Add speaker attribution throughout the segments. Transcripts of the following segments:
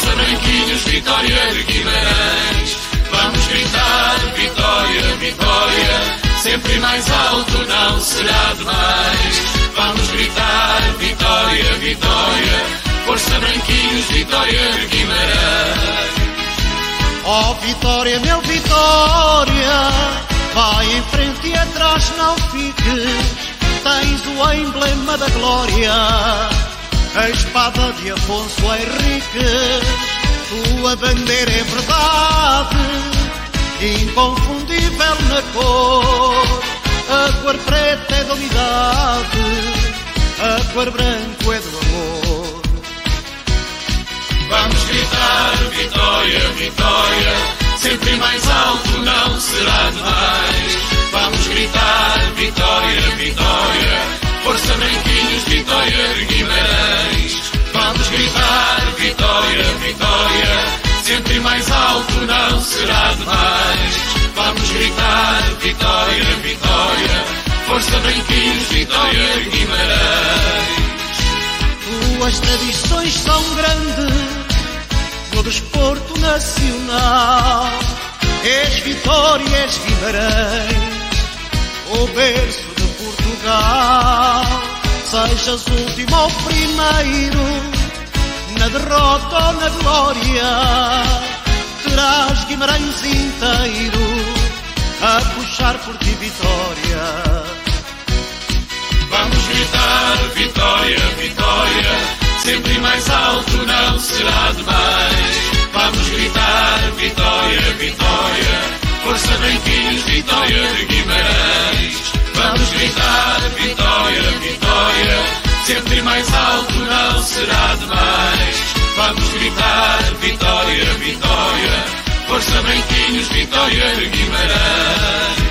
Speaker 1: Força Branquinhos, Vitória de Guimarães. Vamos gritar vitória, vitória, sempre mais alto não será demais. Vamos gritar vitória, vitória, Força Branquinhos, Vitória de Guimarães.
Speaker 2: Oh Vitória, meu Vitória, vai em frente e atrás não fiques. Tens o emblema da glória, a espada de Afonso Henriques. Tua bandeira é verdade, inconfundível na cor. A cor preta é da unidade, a cor branco é do amor.
Speaker 1: Vamos gritar vitória, vitória, sempre mais alto não será demais. Vamos gritar vitória, vitória, Força Branquinhos, Vitória de Guimarães. Vamos gritar vitória, vitória, sempre mais alto não será demais. Vamos gritar vitória, vitória, Força Branquinhos, Vitória de Guimarães.
Speaker 2: Tuas tradições são grandes no desporto nacional. És Vitória, és Guimarães, o berço de Portugal. Sejas último ou primeiro, na derrota ou na glória, terás Guimarães inteiro a puxar por ti vitória.
Speaker 1: Vamos gritar vitória, vitória, sempre mais alto não será demais. Vamos gritar vitória, vitória, Força Branquinhos, Vitória de Guimarães. Vamos gritar vitória, vitória, sempre mais alto não será demais. Vamos gritar vitória, vitória, Força Branquinhos, Vitória de Guimarães.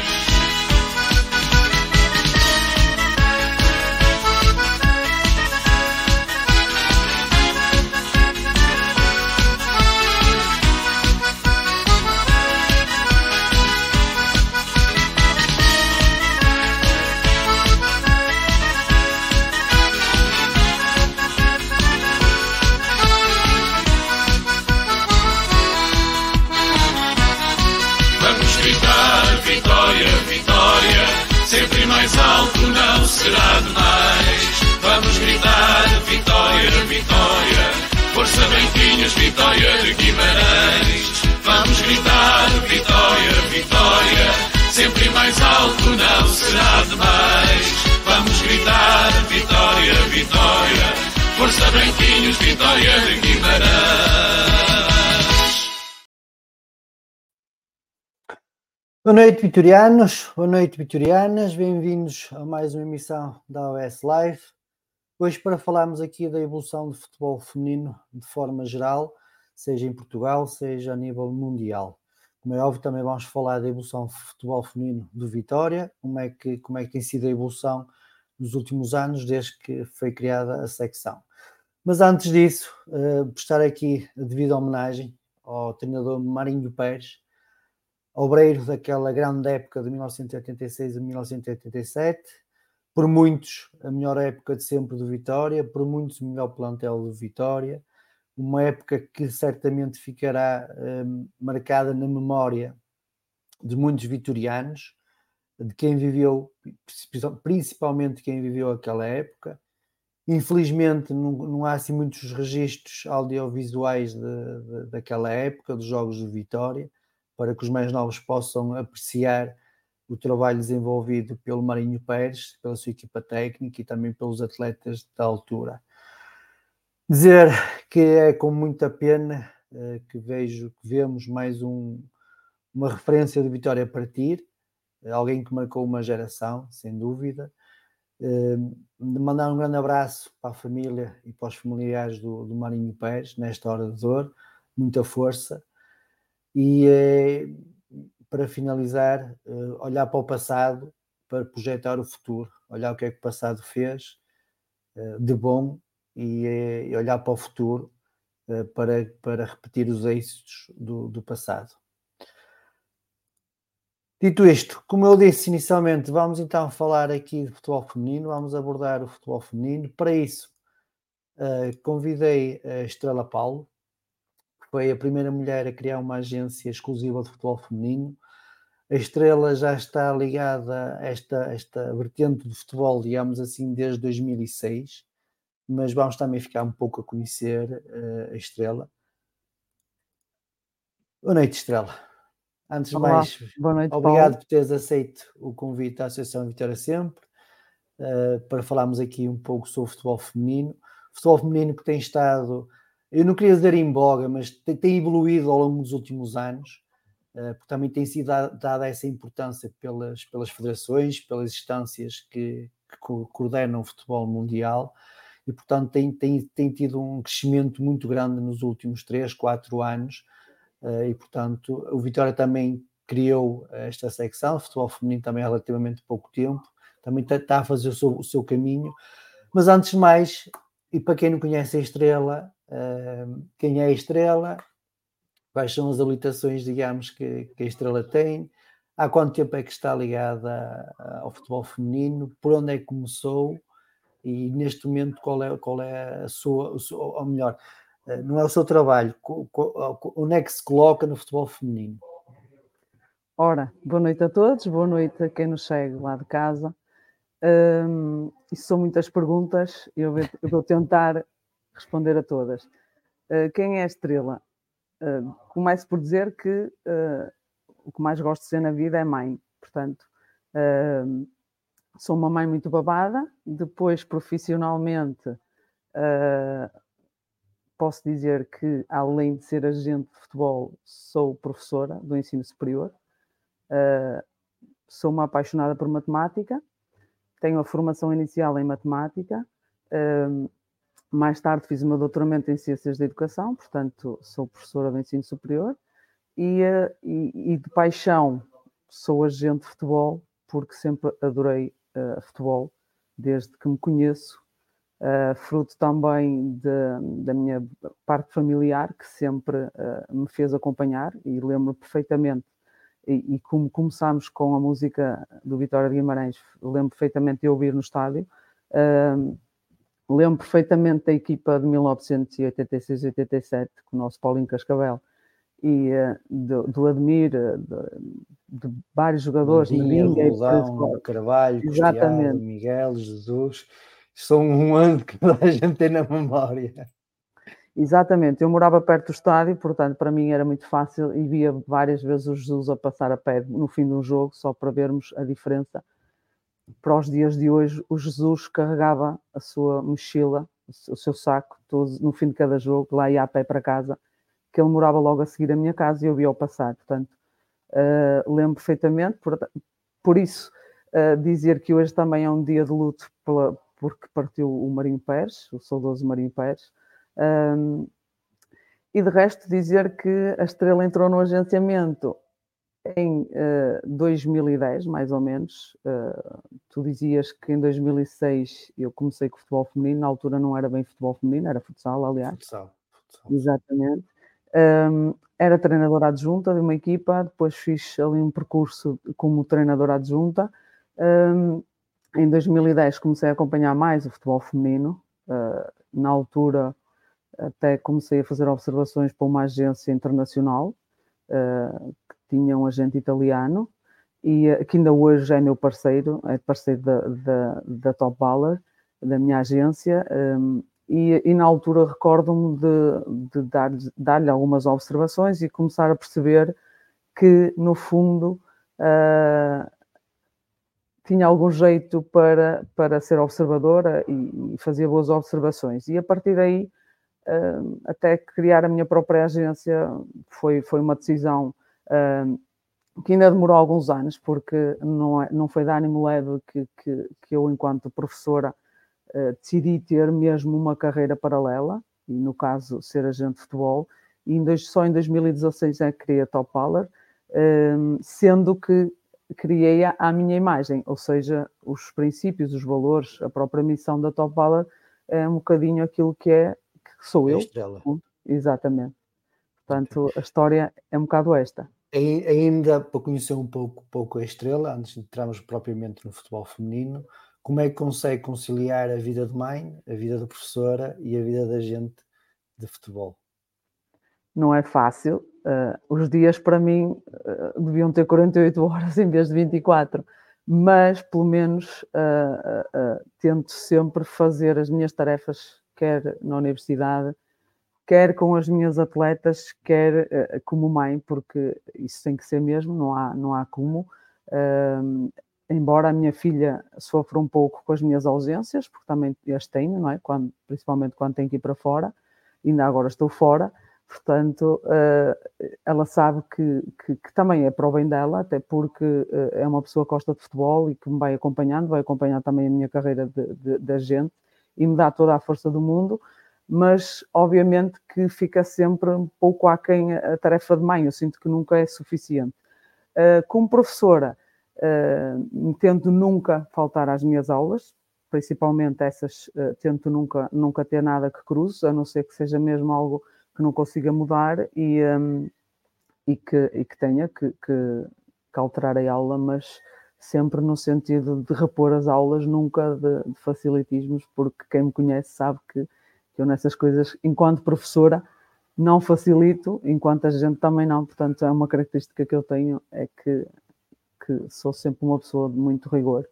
Speaker 1: Vitória, vitória, sempre mais alto não será demais. Vamos gritar vitória, vitória, Força Branquinhos, Vitória de Guimarães. Vamos gritar vitória, vitória, sempre mais alto não será demais. Vamos gritar vitória, vitória, Força Branquinhos, Vitória de Guimarães.
Speaker 3: Boa noite, vitorianos, boa noite, vitorianas, bem-vindos a mais uma emissão da OS Live. Hoje para falarmos aqui da evolução do futebol feminino de forma geral, seja em Portugal, seja a nível mundial. Como é óbvio, também vamos falar da evolução do futebol feminino do Vitória, como é que tem sido a evolução nos últimos anos, desde que foi criada a secção. Mas antes disso, prestar aqui a devida homenagem ao treinador Marinho Pérez, obreiro daquela grande época de 1986 a 1987, por muitos a melhor época de sempre do Vitória, por muitos o melhor plantel do Vitória, uma época que certamente ficará marcada na memória de muitos vitorianos, de quem viveu, principalmente quem viveu aquela época. Infelizmente não há assim muitos registros audiovisuais daquela época, dos jogos do Vitória, para que os mais novos possam apreciar o trabalho desenvolvido pelo Marinho Pérez, pela sua equipa técnica e também pelos atletas da altura. Dizer que é com muita pena que vemos mais uma referência do Vitória a partir, alguém que marcou uma geração, sem dúvida. De mandar um grande abraço para a família e para os familiares do Marinho Pérez, nesta hora de dor, muita força. E para finalizar, olhar para o passado, para projetar o futuro, olhar o que é que o passado fez de bom e olhar para o futuro para repetir os êxitos do passado. Dito isto, como eu disse inicialmente, vamos então falar aqui de futebol feminino, vamos abordar o futebol feminino. Para isso, convidei a Estrela Paulo, foi a primeira mulher a criar uma agência exclusiva de futebol feminino. A Estrela já está ligada a esta vertente de futebol, digamos assim, desde 2006, mas vamos também ficar um pouco a conhecer a Estrela. Boa noite, Estrela. Antes de
Speaker 4: Olá,
Speaker 3: mais,
Speaker 4: boa noite,
Speaker 3: obrigado
Speaker 4: Paulo.
Speaker 3: por teres aceito o convite da Associação Vitória Sempre, para falarmos aqui um pouco sobre o futebol feminino. Futebol feminino que tem estado, eu não queria dizer em voga, mas tem evoluído ao longo dos últimos anos, porque também tem sido dada essa importância pelas federações, pelas instâncias que coordenam o futebol mundial, e portanto tem tido um crescimento muito grande nos últimos 3, 4 anos, e portanto o Vitória também criou esta secção, o futebol feminino também há relativamente pouco tempo, também está a fazer o seu caminho, mas antes de mais, e para quem não conhece a Estrela, quem é a Estrela, quais são as habilitações, digamos, que a Estrela tem, há quanto tempo é que está ligada ao futebol feminino, por onde é que começou e neste momento qual é a sua, ou melhor, não é o seu trabalho, onde é que se coloca no futebol feminino?
Speaker 4: Ora, boa noite a todos, boa noite a quem nos segue lá de casa. Isso são muitas perguntas, eu vou tentar responder a todas. Quem é a Estrela? Começo por dizer que o que mais gosto de ser na vida é mãe, portanto, sou uma mãe muito babada. Depois, profissionalmente, posso dizer que, além de ser agente de futebol, sou professora do ensino superior. Sou uma apaixonada por matemática, tenho a formação inicial em matemática, mais tarde fiz o meu doutoramento em Ciências da Educação, portanto sou professora do ensino superior, e de paixão sou agente de futebol, porque sempre adorei futebol, desde que me conheço, fruto também da minha parte familiar, que sempre me fez acompanhar, e lembro perfeitamente. E como começámos com a música do Vitória de Guimarães, lembro perfeitamente de ouvir no estádio, lembro perfeitamente da equipa de 1986 e 87, com o nosso Paulinho Cascavel, e do Admir, de vários jogadores, de
Speaker 3: Roldão, Carvalho, Cristiano, Miguel, Jesus, são um ano que toda a gente tem na memória.
Speaker 4: Exatamente, eu morava perto do estádio, portanto para mim era muito fácil, e via várias vezes o Jesus a passar a pé no fim de um jogo, só para vermos a diferença. Para os dias de hoje, o Jesus carregava a sua mochila, o seu saco, no fim de cada jogo, lá ia a pé para casa, que ele morava logo a seguir a minha casa e eu via-o passar. Portanto, lembro perfeitamente, por isso dizer que hoje também é um dia de luto porque partiu o Marinho Pérez, o saudoso Marinho Pérez. E de resto dizer que a Estrela entrou no agenciamento em 2010, mais ou menos. Tu dizias que em 2006 eu comecei com o futebol feminino, na altura não era bem futebol feminino, era futsal, aliás. Futsal. Exatamente. Era treinadora adjunta de uma equipa, depois fiz ali um percurso como treinadora adjunta. Em 2010 comecei a acompanhar mais o futebol feminino. Na altura até comecei a fazer observações para uma agência internacional, que tinha um agente italiano, e que ainda hoje é meu parceiro, é parceiro da Top Baller, da minha agência, e na altura recordo-me de dar-lhe algumas observações e começar a perceber que, no fundo, tinha algum jeito para ser observadora e fazia boas observações. E a partir daí, até criar a minha própria agência, foi uma decisão que ainda demorou alguns anos, porque não foi de ânimo leve que eu, enquanto professora, decidi ter mesmo uma carreira paralela, e no caso ser agente de futebol, e só em 2016 é que criei a Top Baller, sendo que criei-a à minha imagem, ou seja, os princípios, os valores, a própria missão da Top Baller é um bocadinho aquilo que sou eu.
Speaker 3: Estrela.
Speaker 4: Exatamente. Portanto, a história é um bocado esta.
Speaker 3: Ainda para conhecer um pouco a Estrela, antes de entrarmos propriamente no futebol feminino, como é que consegue conciliar a vida de mãe, a vida de professora e a vida de agente de futebol?
Speaker 4: não é fácil. Os dias para mim deviam ter 48 horas em vez de 24, mas pelo menos tento sempre fazer as minhas tarefas, quer na universidade, quer com as minhas atletas, quer como mãe, porque isso tem que ser mesmo, não há como. Embora a minha filha sofra um pouco com as minhas ausências, porque também as tenho, não é? Principalmente quando tenho que ir para fora, ainda agora estou fora, portanto, ela sabe que também é para o bem dela, até porque é uma pessoa que gosta de futebol e que me vai acompanhar também a minha carreira de agente e me dá toda a força do mundo, mas obviamente que fica sempre um pouco aquém a tarefa de mãe, eu sinto que nunca é suficiente. Como professora, tento nunca faltar às minhas aulas, principalmente essas, tento nunca ter nada que cruze, a não ser que seja mesmo algo que não consiga mudar e que tenha que alterar a aula, mas sempre no sentido de repor as aulas, nunca de facilitismos, porque quem me conhece sabe que eu nessas coisas, enquanto professora, não facilito, enquanto a gente também não, portanto é uma característica que eu tenho, é que sou sempre uma pessoa de muito rigor.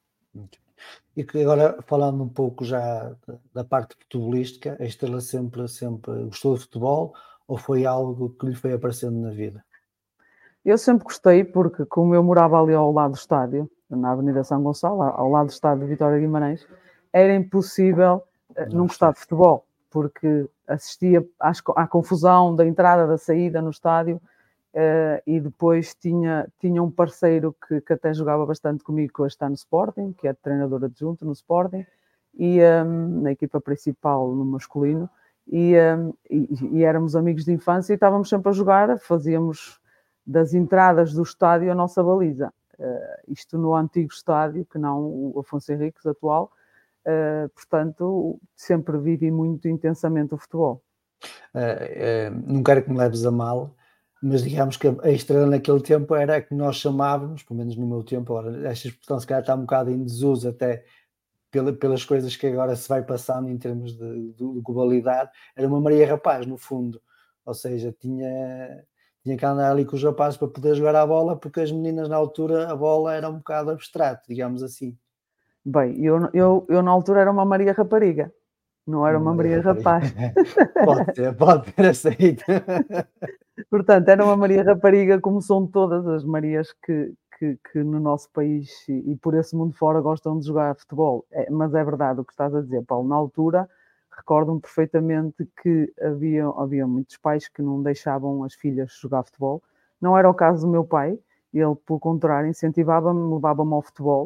Speaker 3: E que agora, falando um pouco já da parte futebolística, a Estrela sempre gostou de futebol ou foi algo que lhe foi aparecendo na vida?
Speaker 4: Eu sempre gostei, porque como eu morava ali ao lado do estádio, na Avenida São Gonçalo, ao lado do estádio de Vitória de Guimarães, era impossível não gostar de futebol, porque assistia à confusão da entrada, da saída no estádio, e depois tinha um parceiro que até jogava bastante comigo, que hoje está no Sporting, que é treinador adjunto no Sporting, e na equipa principal no masculino, e éramos amigos de infância e estávamos sempre a jogar, fazíamos das entradas do estádio a nossa baliza. Isto no antigo estádio, que não o Afonso Henriques atual, portanto, sempre vivi muito intensamente o futebol.
Speaker 3: Não quero que me leves a mal, mas digamos que a Estrela naquele tempo era a que nós chamávamos, pelo menos no meu tempo, agora, esta expressão se calhar está um bocado em desuso até pelas coisas que agora se vai passando em termos de globalidade, era uma Maria Rapaz, no fundo. Ou seja, tinha que andar ali com os rapazes para poder jogar a bola, porque as meninas na altura a bola era um bocado abstrato, digamos assim.
Speaker 4: Bem, eu na altura era uma Maria Rapariga, não era uma Maria Rapaz.
Speaker 3: Pode ter aceito.
Speaker 4: Portanto, era uma Maria Rapariga, como são todas as Marias que no nosso país e por esse mundo fora gostam de jogar futebol. Mas é verdade o que estás a dizer, Paulo. Na altura, recordo-me perfeitamente que havia muitos pais que não deixavam as filhas jogar futebol. Não era o caso do meu pai. Ele, pelo contrário, incentivava-me, levava-me ao futebol.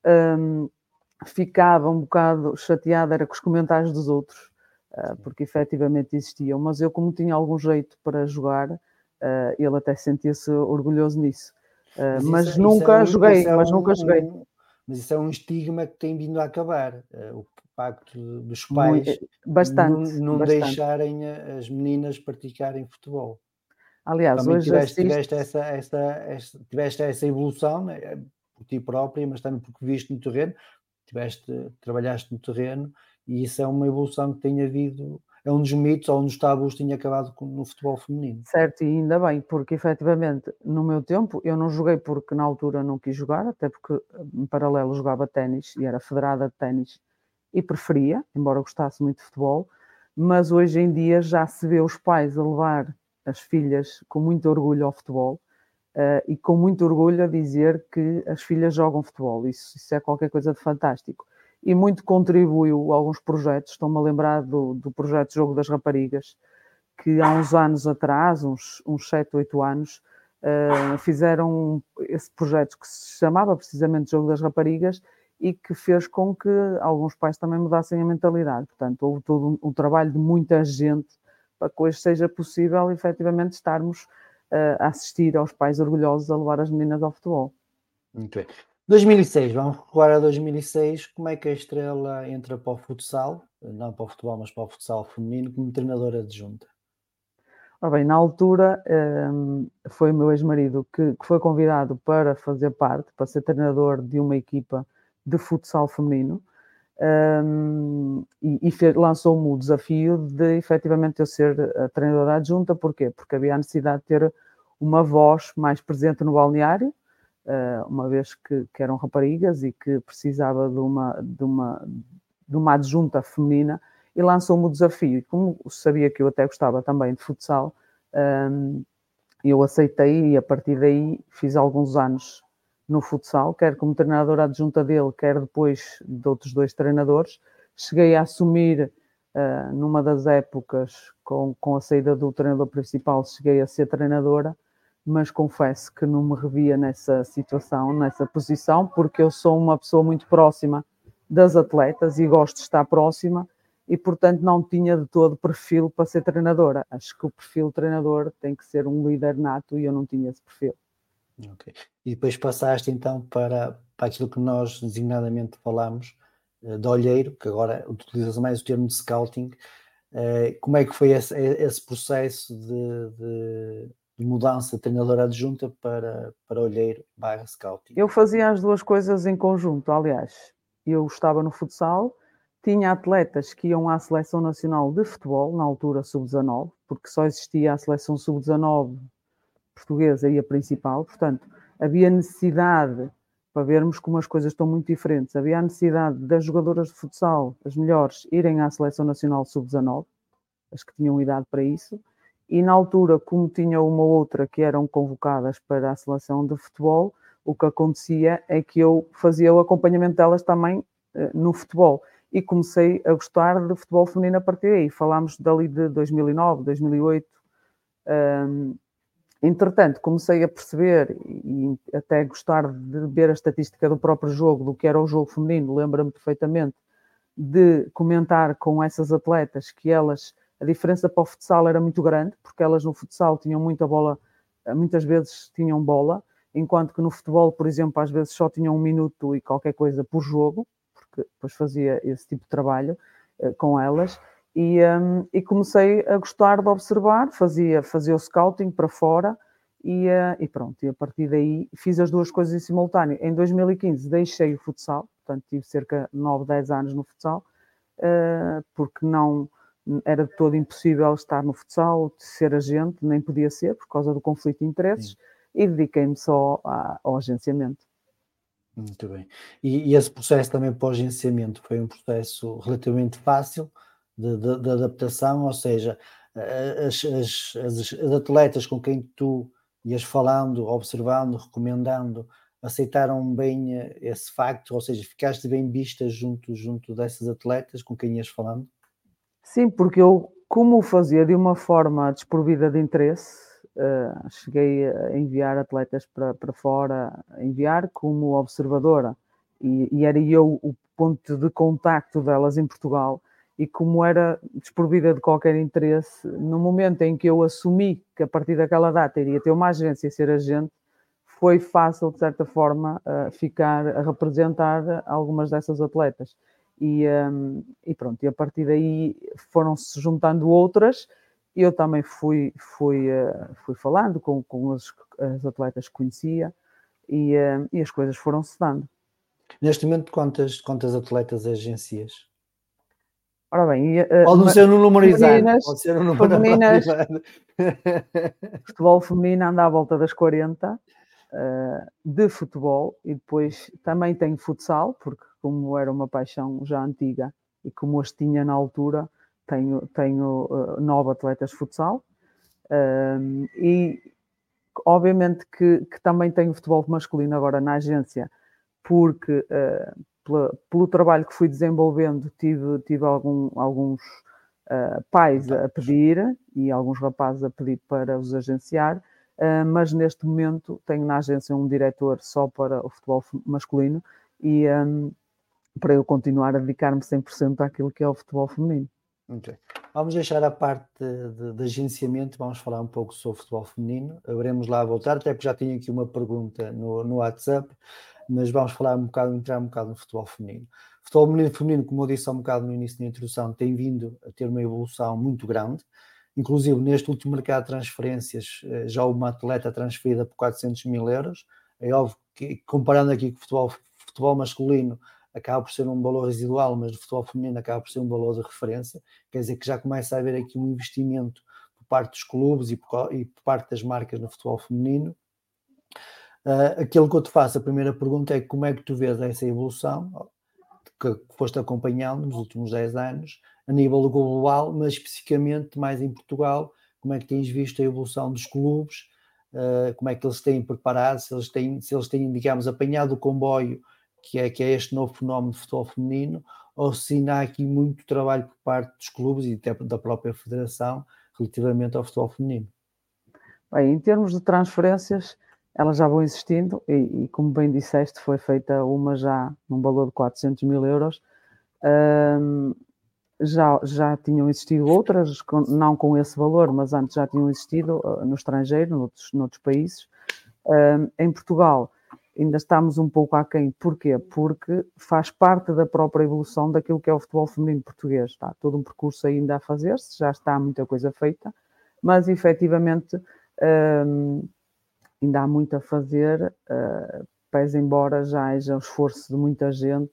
Speaker 4: Ficava um bocado chateada era com os comentários dos outros, porque efetivamente existiam, mas eu, como tinha algum jeito para jogar, ele até sentia-se orgulhoso nisso. Mas nunca joguei.
Speaker 3: Mas isso é um estigma que tem vindo a acabar, o facto dos pais não deixarem as meninas praticarem futebol.
Speaker 4: Aliás,
Speaker 3: também
Speaker 4: hoje
Speaker 3: tiveste essa evolução, né, por ti própria, mas também porque viste no terreno, trabalhaste no terreno, e isso é uma evolução que tem havido, é um dos mitos ou um dos tabus que tinha acabado no futebol feminino.
Speaker 4: Certo, e ainda bem, porque efetivamente no meu tempo eu não joguei porque na altura não quis jogar, até porque em paralelo jogava ténis e era federada de ténis e preferia, embora gostasse muito de futebol, mas hoje em dia já se vê os pais a levar as filhas com muito orgulho ao futebol, e com muito orgulho a dizer que as filhas jogam futebol. Isso é qualquer coisa de fantástico. E muito contribuiu a alguns projetos. Estou-me a lembrar do projeto Jogo das Raparigas, que há uns anos atrás, uns 7, 8 anos, fizeram esse projeto que se chamava precisamente Jogo das Raparigas e que fez com que alguns pais também mudassem a mentalidade. Portanto, houve todo um trabalho de muita gente para que hoje seja possível, efetivamente, estarmos a assistir aos pais orgulhosos a levar as meninas ao futebol.
Speaker 3: Muito bem. 2006, vamos recuar a 2006, como é que a Estrela entra para o futsal, não para o futebol, mas para o futsal feminino, como treinadora adjunta?
Speaker 4: Ora bem, na altura foi o meu ex-marido que foi convidado para fazer parte, para ser treinador de uma equipa de futsal feminino, lançou-me o desafio de efetivamente eu ser a treinadora adjunta. Porquê? Porque havia a necessidade de ter uma voz mais presente no balneário, uma vez que eram raparigas e que precisava de uma adjunta feminina, e lançou-me o desafio. E como sabia que eu até gostava também de futsal, eu aceitei, e a partir daí fiz alguns anos no futsal, quer como treinadora adjunta dele, quer depois de outros 2 treinadores. Cheguei a assumir, numa das épocas, com a saída do treinador principal, cheguei a ser treinadora, mas confesso que não me revia nessa situação, nessa posição, porque eu sou uma pessoa muito próxima das atletas e gosto de estar próxima, e portanto não tinha de todo perfil para ser treinadora. Acho que o perfil de treinador tem que ser um líder nato, e eu não tinha esse perfil.
Speaker 3: Ok. E depois passaste então para aquilo que nós designadamente falámos, de olheiro, que agora utilizas mais o termo de scouting. Como é que foi esse processo de mudança de treinadora adjunta para olheiro / scouting?
Speaker 4: Eu fazia as 2 coisas em conjunto. Aliás, eu estava no futsal, tinha atletas que iam à Seleção Nacional de Futebol, na altura sub-19, porque só existia a Seleção sub-19 portuguesa e a principal. Portanto, havia necessidade, para vermos como as coisas estão muito diferentes, havia a necessidade das jogadoras de futsal, as melhores, irem à Seleção Nacional sub-19, as que tinham idade para isso, e na altura, como tinha uma outra que eram convocadas para a seleção de futebol, o que acontecia é que eu fazia o acompanhamento delas também no futebol, e comecei a gostar de futebol feminino a partir daí. Falámos dali de 2009, 2008. Entretanto, comecei a perceber e até gostar de ver a estatística do próprio jogo, do que era o jogo feminino. Lembro-me perfeitamente de comentar com essas atletas que a diferença para o futsal era muito grande, porque elas no futsal tinham muita bola, muitas vezes tinham bola, enquanto que no futebol, por exemplo, às vezes só tinham 1 minuto e qualquer coisa por jogo, porque depois fazia esse tipo de trabalho com elas. E comecei a gostar de observar, fazia o scouting para fora, e pronto, e a partir daí fiz as 2 coisas em simultâneo. Em 2015 deixei o futsal, portanto tive cerca de 9, 10 anos no futsal, porque não era de todo impossível estar no futsal, ser agente, nem podia ser, por causa do conflito de interesses. Sim. E dediquei-me só ao agenciamento.
Speaker 3: Muito bem. E esse processo também para o agenciamento foi um processo relativamente fácil de adaptação, ou seja, as atletas com quem tu ias falando, observando, recomendando, aceitaram bem esse facto, ou seja, ficaste bem vista junto dessas atletas com quem ias falando?
Speaker 4: Sim, porque eu, como o fazia de uma forma desprovida de interesse, cheguei a enviar atletas para fora, como observadora, e era eu o ponto de contacto delas em Portugal. E como era desprovida de qualquer interesse, no momento em que eu assumi que a partir daquela data iria ter uma agência e ser agente, foi fácil, de certa forma, ficar a representar algumas dessas atletas. E pronto, e a partir daí foram-se juntando outras, e eu também fui falando com as atletas que conhecia, e as coisas foram-se dando.
Speaker 3: Neste momento, quantas atletas agencias?
Speaker 4: Ora bem,
Speaker 3: pode não ser um número exato, pode ser um número
Speaker 4: femininas, futebol feminino anda à volta das 40 de futebol, e depois também tenho futsal, porque como era uma paixão já antiga e como as tinha na altura, tenho 9 atletas de futsal, e obviamente que também tenho futebol masculino agora na agência, porque pelo trabalho que fui desenvolvendo, tive alguns pais a pedir e alguns rapazes a pedir para os agenciar, mas neste momento tenho na agência um diretor só para o futebol masculino, e para eu continuar a dedicar-me 100% àquilo que é o futebol feminino.
Speaker 3: Okay. Vamos deixar a parte de agenciamento, vamos falar um pouco sobre o futebol feminino, haveremos lá a voltar, até porque já tinha aqui uma pergunta no WhatsApp, mas vamos falar entrar um bocado no futebol feminino. O futebol feminino, como eu disse há um bocado no início da introdução, tem vindo a ter uma evolução muito grande, inclusive neste último mercado de transferências, já houve uma atleta transferida por 400 mil euros, é óbvio que comparando aqui com o futebol masculino, acaba por ser um valor residual, mas no futebol feminino acaba por ser um valor de referência, quer dizer que já começa a haver aqui um investimento por parte dos clubes e por parte das marcas no futebol feminino. Aquilo que eu te faço, a primeira pergunta é como é que tu vês essa evolução que foste acompanhando nos últimos 10 anos, a nível global, mas especificamente mais em Portugal, como é que tens visto a evolução dos clubes, como é que eles têm preparado, se eles têm, digamos, apanhado o comboio que é este novo fenómeno de futebol feminino, ou se ainda há aqui muito trabalho por parte dos clubes e até da própria federação relativamente ao futebol feminino.
Speaker 4: Bem, em termos de transferências, elas já vão existindo e como bem disseste, foi feita uma já num valor de 400 mil euros. Já tinham existido outras, não com esse valor, mas antes já tinham existido no estrangeiro, noutros países. Em Portugal ainda estamos um pouco aquém. Porquê? Porque faz parte da própria evolução daquilo que é o futebol feminino português. Está todo um percurso ainda a fazer-se, já está muita coisa feita, mas efetivamente ainda há muito a fazer, pese embora já haja um esforço de muita gente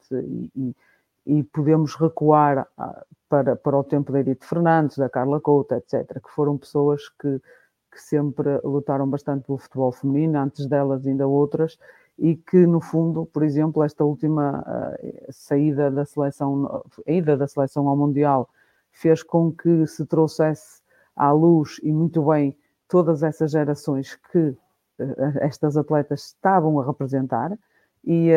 Speaker 4: e podemos recuar para o tempo da Edith Fernandes, da Carla Couto, etc., que foram pessoas que sempre lutaram bastante pelo futebol feminino, antes delas ainda outras, e que, no fundo, por exemplo, esta última ida da seleção ao Mundial fez com que se trouxesse à luz, e muito bem, todas essas gerações que estas atletas estavam a representar, e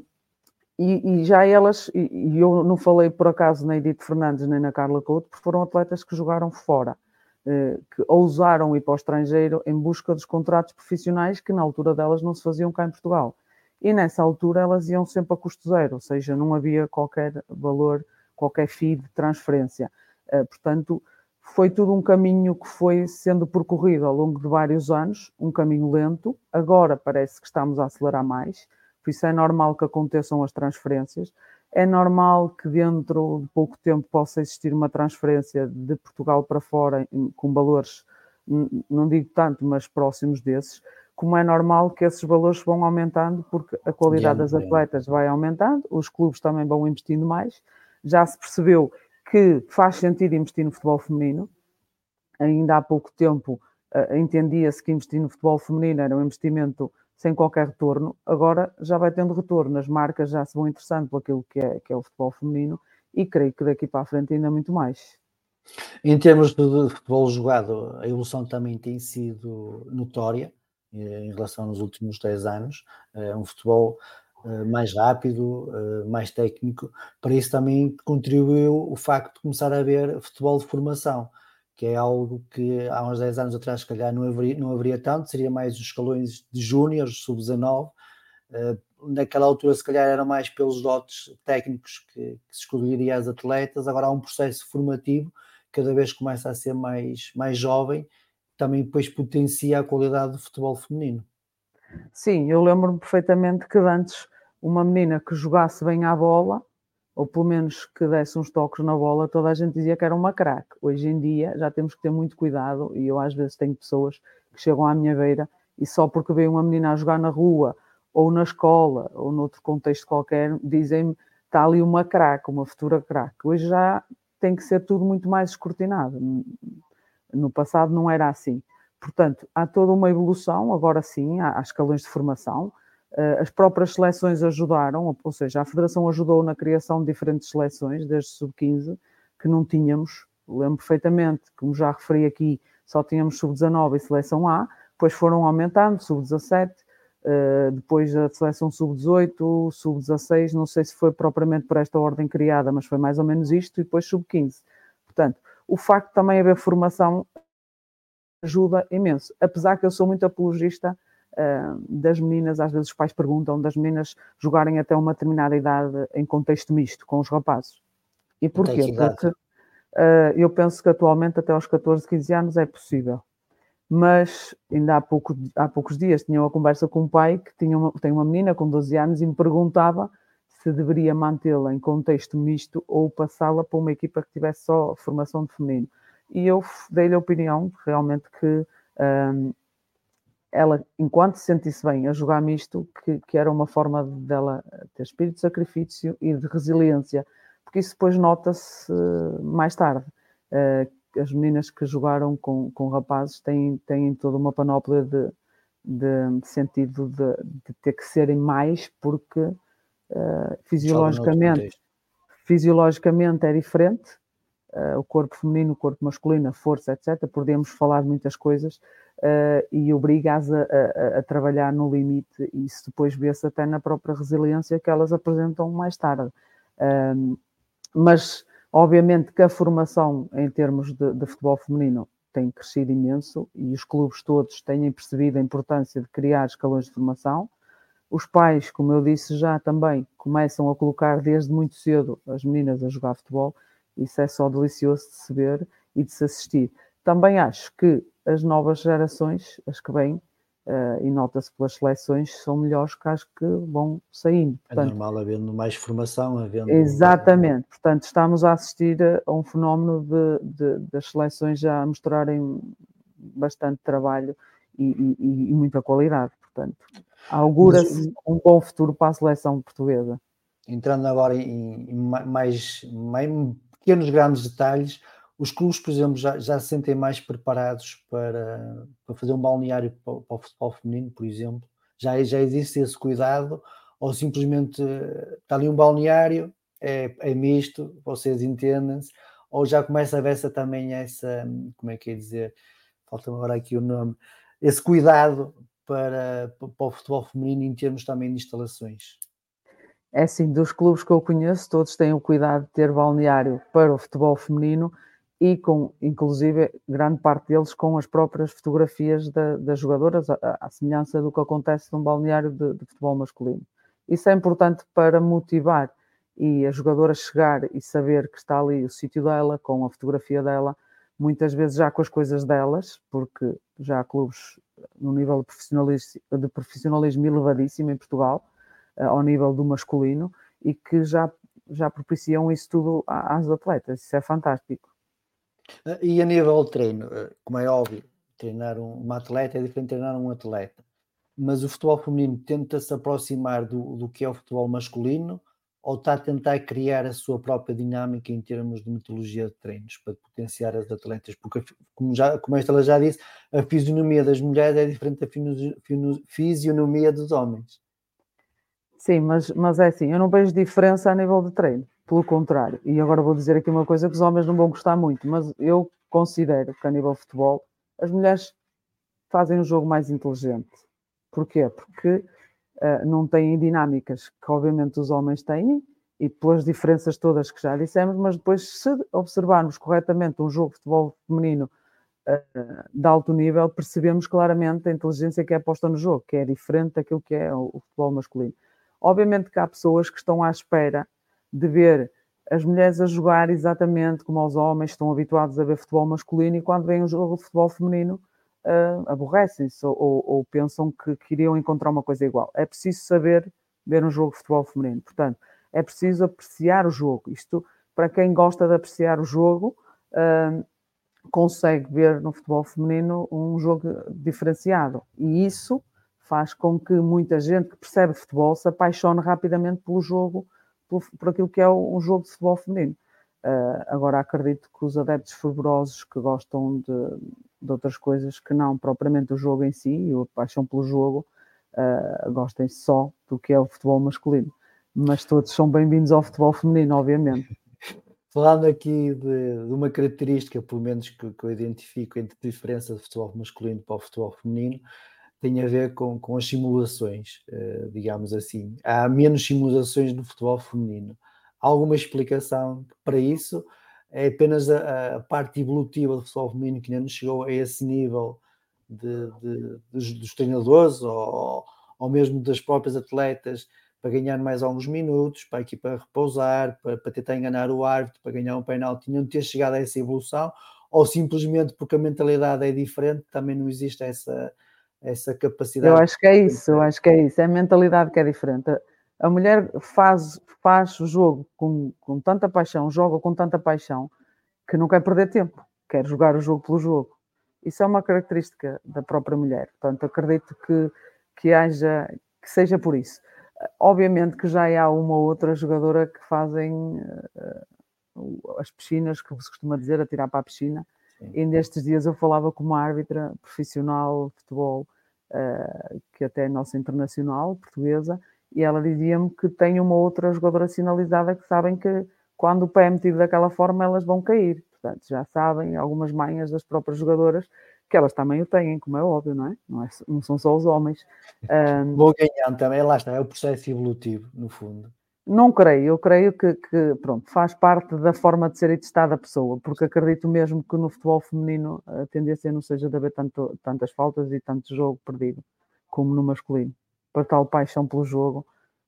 Speaker 4: já elas, e eu não falei por acaso na Edith Fernandes nem na Carla Couto, porque foram atletas que jogaram fora, que ousaram ir para o estrangeiro em busca dos contratos profissionais que na altura delas não se faziam cá em Portugal. E nessa altura elas iam sempre a custo zero, ou seja, não havia qualquer valor, qualquer fee de transferência. Portanto, foi tudo um caminho que foi sendo percorrido ao longo de vários anos, um caminho lento. Agora parece que estamos a acelerar mais, por isso é normal que aconteçam as transferências. É normal que dentro de pouco tempo possa existir uma transferência de Portugal para fora com valores, não digo tanto, mas próximos desses, como é normal que esses valores vão aumentando porque a qualidade das atletas vai aumentando, os clubes também vão investindo mais. Já se percebeu que faz sentido investir no futebol feminino. Ainda há pouco tempo entendia-se que investir no futebol feminino era um investimento sem qualquer retorno, agora já vai tendo retorno, as marcas já se vão interessando por aquilo que é o futebol feminino e creio que daqui para a frente ainda muito mais.
Speaker 3: Em termos de futebol jogado, a evolução também tem sido notória em relação aos últimos 10 anos, é um futebol mais rápido, mais técnico. Para isso também contribuiu o facto de começar a haver futebol de formação, que é algo que há uns 10 anos atrás, se calhar, não haveria tanto, seria mais os escalões de júniores, sub-19. Naquela altura, se calhar, eram mais pelos dotes técnicos que se escolheria as atletas. Agora há um processo formativo, cada vez começa a ser mais jovem, também depois potencia a qualidade do futebol feminino.
Speaker 4: Sim, eu lembro-me perfeitamente que antes uma menina que jogasse bem à bola, ou pelo menos que desse uns toques na bola, toda a gente dizia que era uma craque. Hoje em dia já temos que ter muito cuidado, e eu às vezes tenho pessoas que chegam à minha beira e só porque veem uma menina a jogar na rua, ou na escola, ou noutro contexto qualquer, dizem-me está ali uma craque, uma futura craque. Hoje já tem que ser tudo muito mais escrutinado. No passado não era assim. Portanto, há toda uma evolução, agora sim, há escalões de formação. As próprias seleções ajudaram, ou seja, a Federação ajudou na criação de diferentes seleções, desde sub-15, que não tínhamos. Lembro perfeitamente, como já referi aqui, só tínhamos sub-19 e seleção A, depois foram aumentando, sub-17, depois a seleção sub-18, sub-16, não sei se foi propriamente por esta ordem criada, mas foi mais ou menos isto, e depois sub-15. Portanto, o facto de também haver formação ajuda imenso, apesar que eu sou muito apologista das meninas, às vezes os pais perguntam, das meninas jogarem até uma determinada idade em contexto misto com os rapazes. E porquê? Porque eu penso que atualmente até aos 14, 15 anos é possível. Mas ainda há poucos dias tinha uma conversa com um pai que tem uma menina com 12 anos e me perguntava se deveria mantê-la em contexto misto ou passá-la para uma equipa que tivesse só formação de feminino. E eu dei-lhe a opinião realmente que ela, enquanto se sentisse bem a jogar misto, que era uma forma dela ter espírito de sacrifício e de resiliência, porque isso depois nota-se mais tarde. As meninas que jogaram com rapazes têm toda uma panóplia de sentido de ter que serem mais, porque fisiologicamente é diferente. O corpo feminino, o corpo masculino, a força, etc. Podemos falar de muitas coisas e obriga-as a trabalhar no limite, e isso depois vê-se até na própria resiliência que elas apresentam mais tarde. Mas, obviamente, que a formação em termos de futebol feminino tem crescido imenso e os clubes todos têm percebido a importância de criar escalões de formação. Os pais, como eu disse já também, começam a colocar desde muito cedo as meninas a jogar futebol. Isso é só delicioso de se ver e de se assistir. Também acho que as novas gerações, as que vêm, e nota-se pelas seleções, são melhores que as que vão saindo.
Speaker 3: Portanto, é normal havendo mais formação, havendo...
Speaker 4: Exatamente. Portanto, estamos a assistir a um fenómeno das seleções já mostrarem bastante trabalho e muita qualidade. Portanto, augura-se um bom futuro para a seleção portuguesa.
Speaker 3: Entrando agora em mais pequenos, grandes detalhes, os clubes, por exemplo, já se sentem mais preparados para fazer um balneário para o futebol feminino, por exemplo? Já existe esse cuidado? Ou simplesmente está ali um balneário, é misto, vocês entendem-se? Ou já começa a haver também essa, como é que é dizer, falta-me agora aqui o nome, esse cuidado para o futebol feminino em termos também de instalações?
Speaker 4: É assim, dos clubes que eu conheço, todos têm o cuidado de ter balneário para o futebol feminino e com, inclusive, grande parte deles com as próprias fotografias das jogadoras, à semelhança do que acontece num balneário de futebol masculino. Isso é importante para motivar e a jogadora chegar e saber que está ali o sítio dela, com a fotografia dela, muitas vezes já com as coisas delas, porque já há clubes no nível de profissionalismo elevadíssimo em Portugal, ao nível do masculino, e que já propiciam isso tudo às atletas. Isso é fantástico.
Speaker 3: E a nível de treino, como é óbvio, treinar uma atleta é diferente de treinar um atleta, mas o futebol feminino tenta-se aproximar do que é o futebol masculino, ou está a tentar criar a sua própria dinâmica em termos de metodologia de treinos para potenciar as atletas? Porque, como ela já disse, a fisionomia das mulheres é diferente da fisionomia dos homens.
Speaker 4: Sim, mas é assim, eu não vejo diferença a nível de treino, pelo contrário. E agora vou dizer aqui uma coisa que os homens não vão gostar muito, mas eu considero que a nível de futebol as mulheres fazem um jogo mais inteligente. Porquê? Porque não têm dinâmicas que obviamente os homens têm, e pelas diferenças todas que já dissemos, mas depois, se observarmos corretamente um jogo de futebol feminino de alto nível, percebemos claramente a inteligência que é posta no jogo, que é diferente daquilo que é o futebol masculino. Obviamente que há pessoas que estão à espera de ver as mulheres a jogar exatamente como os homens estão habituados a ver futebol masculino, e quando vem um jogo de futebol feminino aborrecem-se ou pensam que iriam encontrar uma coisa igual. É preciso saber ver um jogo de futebol feminino. Portanto, é preciso apreciar o jogo. Isto, para quem gosta de apreciar o jogo, consegue ver no futebol feminino um jogo diferenciado. E isso faz com que muita gente que percebe futebol se apaixone rapidamente pelo jogo, por aquilo que é um jogo de futebol feminino. Agora, acredito que os adeptos fervorosos que gostam de outras coisas que não propriamente o jogo em si, e a paixão pelo jogo, gostem só do que é o futebol masculino. Mas todos são bem-vindos ao futebol feminino, obviamente.
Speaker 3: Falando aqui de uma característica, pelo menos que eu identifico entre a diferença do futebol masculino para o futebol feminino, tem a ver com as simulações, digamos assim. Há menos simulações no futebol feminino. Há alguma explicação para isso? É apenas a parte evolutiva do futebol feminino que ainda não chegou a esse nível dos treinadores ou mesmo das próprias atletas, para ganhar mais alguns minutos, para a equipa repousar, para tentar enganar o árbitro, para ganhar um penalti, não ter chegado a essa evolução, ou simplesmente porque a mentalidade é diferente, também não existe essa capacidade?
Speaker 4: Eu acho que é isso, é a mentalidade que é diferente. A mulher faz o jogo com tanta paixão, joga com tanta paixão, que não quer perder tempo, quer jogar o jogo pelo jogo. Isso é uma característica da própria mulher. Portanto, acredito que seja por isso. Obviamente que já há uma ou outra jogadora que fazem as piscinas, que se costuma dizer, atirar para a piscina. Sim. E nestes dias eu falava com uma árbitra profissional de futebol, que até é nossa internacional, portuguesa, e ela dizia-me que tem uma outra jogadora sinalizada que sabem que quando o pé é metido daquela forma elas vão cair. Portanto, já sabem algumas manhas das próprias jogadoras que elas também o têm, como é óbvio, não é? Não são só os homens.
Speaker 3: Vou ganhando também, lá está, é o processo evolutivo, no fundo.
Speaker 4: Não creio, eu creio que pronto, faz parte da forma de ser e de estar da pessoa, porque acredito mesmo que no futebol feminino a tendência não seja de haver tantas faltas e tanto jogo perdido como no masculino. Para tal paixão pelo jogo,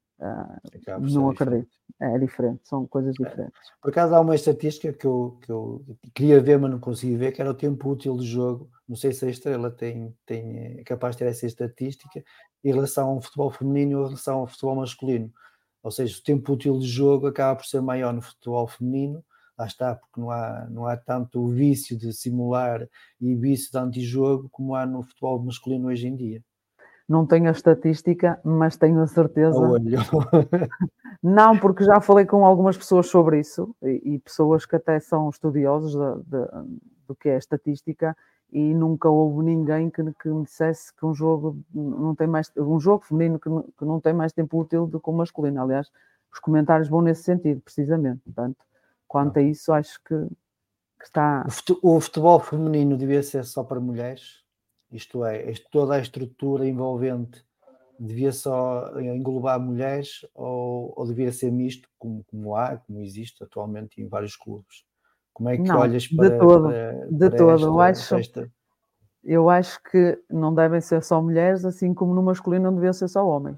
Speaker 4: não acredito. É diferente, são coisas diferentes.
Speaker 3: Por acaso há uma estatística que eu queria ver, mas não consegui ver, que era o tempo útil de jogo. Não sei se a Estrela é capaz de ter essa estatística em relação ao futebol feminino ou em relação ao futebol masculino. Ou seja, o tempo útil de jogo acaba por ser maior no futebol feminino, lá está, porque não há tanto o vício de simular e vício de antijogo como há no futebol masculino hoje em dia.
Speaker 4: Não tenho a estatística, mas tenho a certeza. Não, porque já falei com algumas pessoas sobre isso e pessoas que até são estudiosos do que é estatística, e nunca houve ninguém que me dissesse que um jogo feminino que não tem mais tempo útil do que o masculino. Aliás, os comentários vão nesse sentido, precisamente. Portanto, quanto a isso, acho que está...
Speaker 3: O futebol feminino devia ser só para mulheres? Isto é, toda a estrutura envolvente devia só englobar mulheres ou devia ser misto, como existe atualmente em vários clubes? Como é que olhas para
Speaker 4: esta... Eu acho que não devem ser só mulheres, assim como no masculino não deviam ser só homens.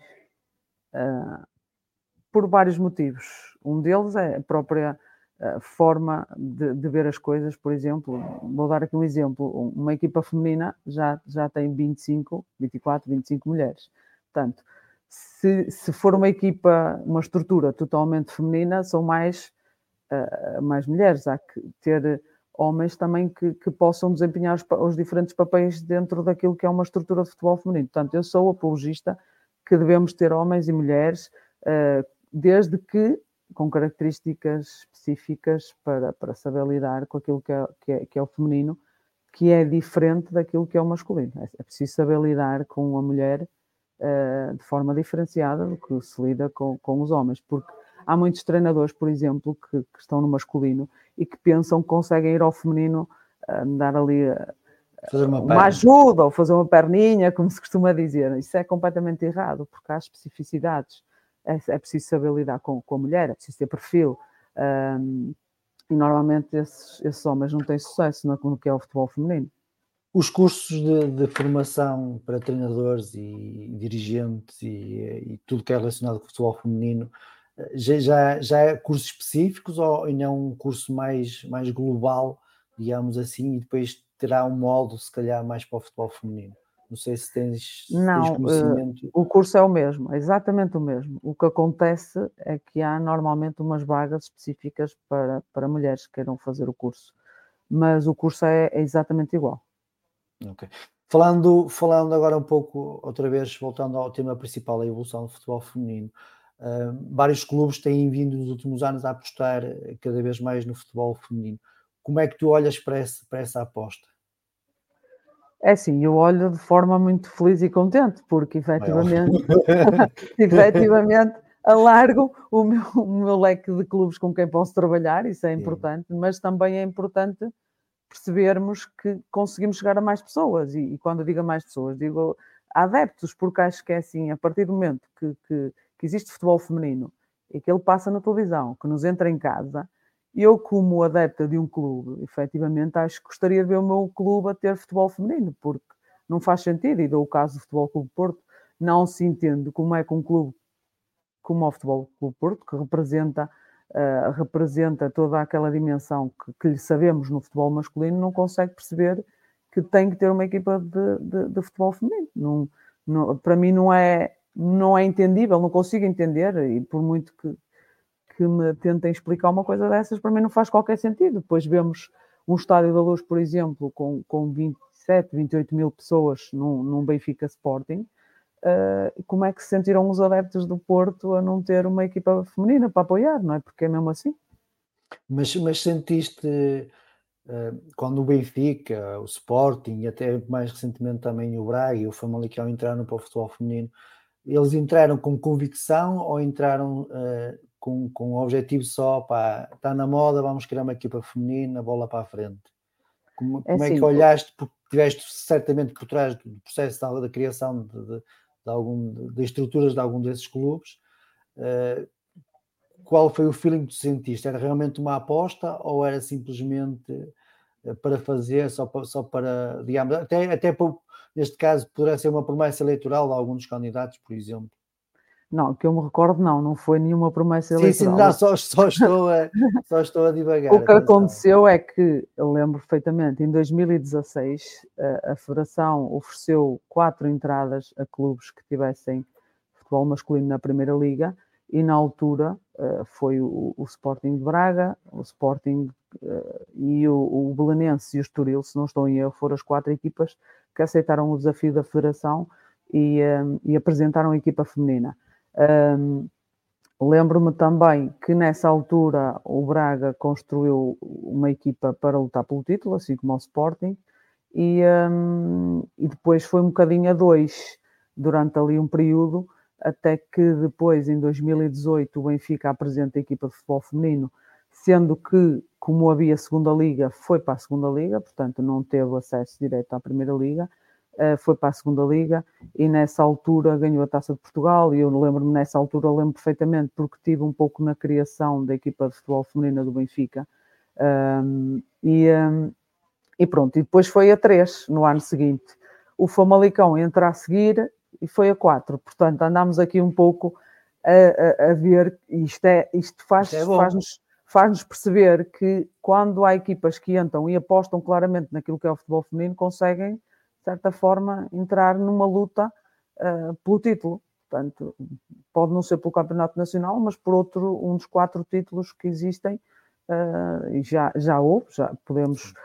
Speaker 4: Por vários motivos. Um deles é a própria forma de ver as coisas. Por exemplo, vou dar aqui um exemplo. Uma equipa feminina já tem 24, 25 mulheres. Portanto, se for uma estrutura totalmente feminina, são mais mulheres. Há que ter homens também que possam desempenhar os diferentes papéis dentro daquilo que é uma estrutura de futebol feminino. Portanto, eu sou apologista que devemos ter homens e mulheres, desde que com características específicas para saber lidar com aquilo que é o feminino, que é diferente daquilo que é o masculino. É preciso saber lidar com a mulher de forma diferenciada do que se lida com os homens, porque há muitos treinadores, por exemplo, que estão no masculino e que pensam que conseguem ir ao feminino dar ali
Speaker 3: fazer
Speaker 4: uma ajuda ou fazer uma perninha, como se costuma dizer. Isso é completamente errado, porque há especificidades. É preciso saber lidar com a mulher, é preciso ter perfil. E normalmente esses homens não têm sucesso no que é o futebol feminino.
Speaker 3: Os cursos de formação para treinadores e dirigentes e tudo que é relacionado com o futebol feminino, já é cursos específicos ou ainda é um curso mais global, digamos assim, e depois terá um molde, se calhar, mais para o futebol feminino? Não sei se tens conhecimento.
Speaker 4: O curso é o mesmo, é exatamente o mesmo. O que acontece é que há normalmente umas vagas específicas para mulheres que queiram fazer o curso, mas o curso é exatamente igual.
Speaker 3: Ok. Falando agora um pouco, outra vez, voltando ao tema principal, a evolução do futebol feminino, vários clubes têm vindo nos últimos anos a apostar cada vez mais no futebol feminino. Como é que tu olhas para essa aposta?
Speaker 4: É assim, eu olho de forma muito feliz e contente, porque efetivamente alargo o meu leque de clubes com quem posso trabalhar, isso é importante, mas também é importante percebermos que conseguimos chegar a mais pessoas, e quando eu digo a mais pessoas, digo a adeptos, porque acho que é assim, a partir do momento que existe futebol feminino e que ele passa na televisão, que nos entra em casa, eu, como adepta de um clube, efetivamente, acho que gostaria de ver o meu clube a ter futebol feminino, porque não faz sentido, e dou o caso do Futebol Clube Porto, não se entende como é que um clube como o Futebol Clube Porto, que representa toda aquela dimensão que lhe sabemos no futebol masculino, não consegue perceber que tem que ter uma equipa de futebol feminino. Para mim não é entendível, não consigo entender, e por muito que me tentem explicar uma coisa dessas, para mim não faz qualquer sentido. Depois vemos um Estádio da Luz, por exemplo, com 27, 28 mil pessoas num Benfica Sporting. Como é que se sentiram os adeptos do Porto a não ter uma equipa feminina para apoiar, não é? Porque é mesmo assim.
Speaker 3: Mas sentiste, quando o Benfica, o Sporting e até mais recentemente também o Braga e o Famalicão entraram para o futebol feminino, eles entraram com convicção ou entraram com o objetivo só, pá, está na moda, vamos criar uma equipa feminina, bola para a frente? Como é que
Speaker 4: assim,
Speaker 3: olhaste, porque estiveste certamente por trás do processo da criação de estruturas de algum desses clubes, qual foi o feeling que tu sentiste? Era realmente uma aposta ou era simplesmente para fazer, só para digamos, até neste caso poderá ser uma promessa eleitoral de alguns candidatos, por exemplo?
Speaker 4: não, que eu me recordo, não foi nenhuma promessa
Speaker 3: Sim,
Speaker 4: eleitoral.
Speaker 3: não, só estou a divagar.
Speaker 4: O que aconteceu é que, eu lembro perfeitamente, em 2016, a Federação ofereceu 4 entradas a clubes que tivessem futebol masculino na Primeira Liga e, na altura, foi o Sporting de Braga, o Sporting e o Belenenses e o Estoril, se não estou em erro, foram as 4 equipas que aceitaram o desafio da Federação e apresentaram a equipa feminina. Lembro-me também que nessa altura o Braga construiu uma equipa para lutar pelo título, assim como o Sporting, e depois foi um bocadinho a 2 durante ali um período, até que depois, em 2018, o Benfica apresenta a equipa de futebol feminino, sendo que, como havia segunda liga, foi para a segunda liga, portanto não teve acesso direto à primeira liga, foi para a segunda liga e nessa altura ganhou a Taça de Portugal e eu lembro-me nessa altura, lembro perfeitamente porque tive um pouco na criação da equipa de futebol feminina do Benfica e pronto, e depois foi a 3 no ano seguinte. O Famalicão entra a seguir e foi a 4, portanto andámos aqui um pouco a ver, isto faz-nos perceber que quando há equipas que entram e apostam claramente naquilo que é o futebol feminino, conseguem de certa forma, entrar numa luta pelo título. Portanto, pode não ser pelo Campeonato Nacional, mas por outro, um dos 4 títulos que existem, e já houve, já podemos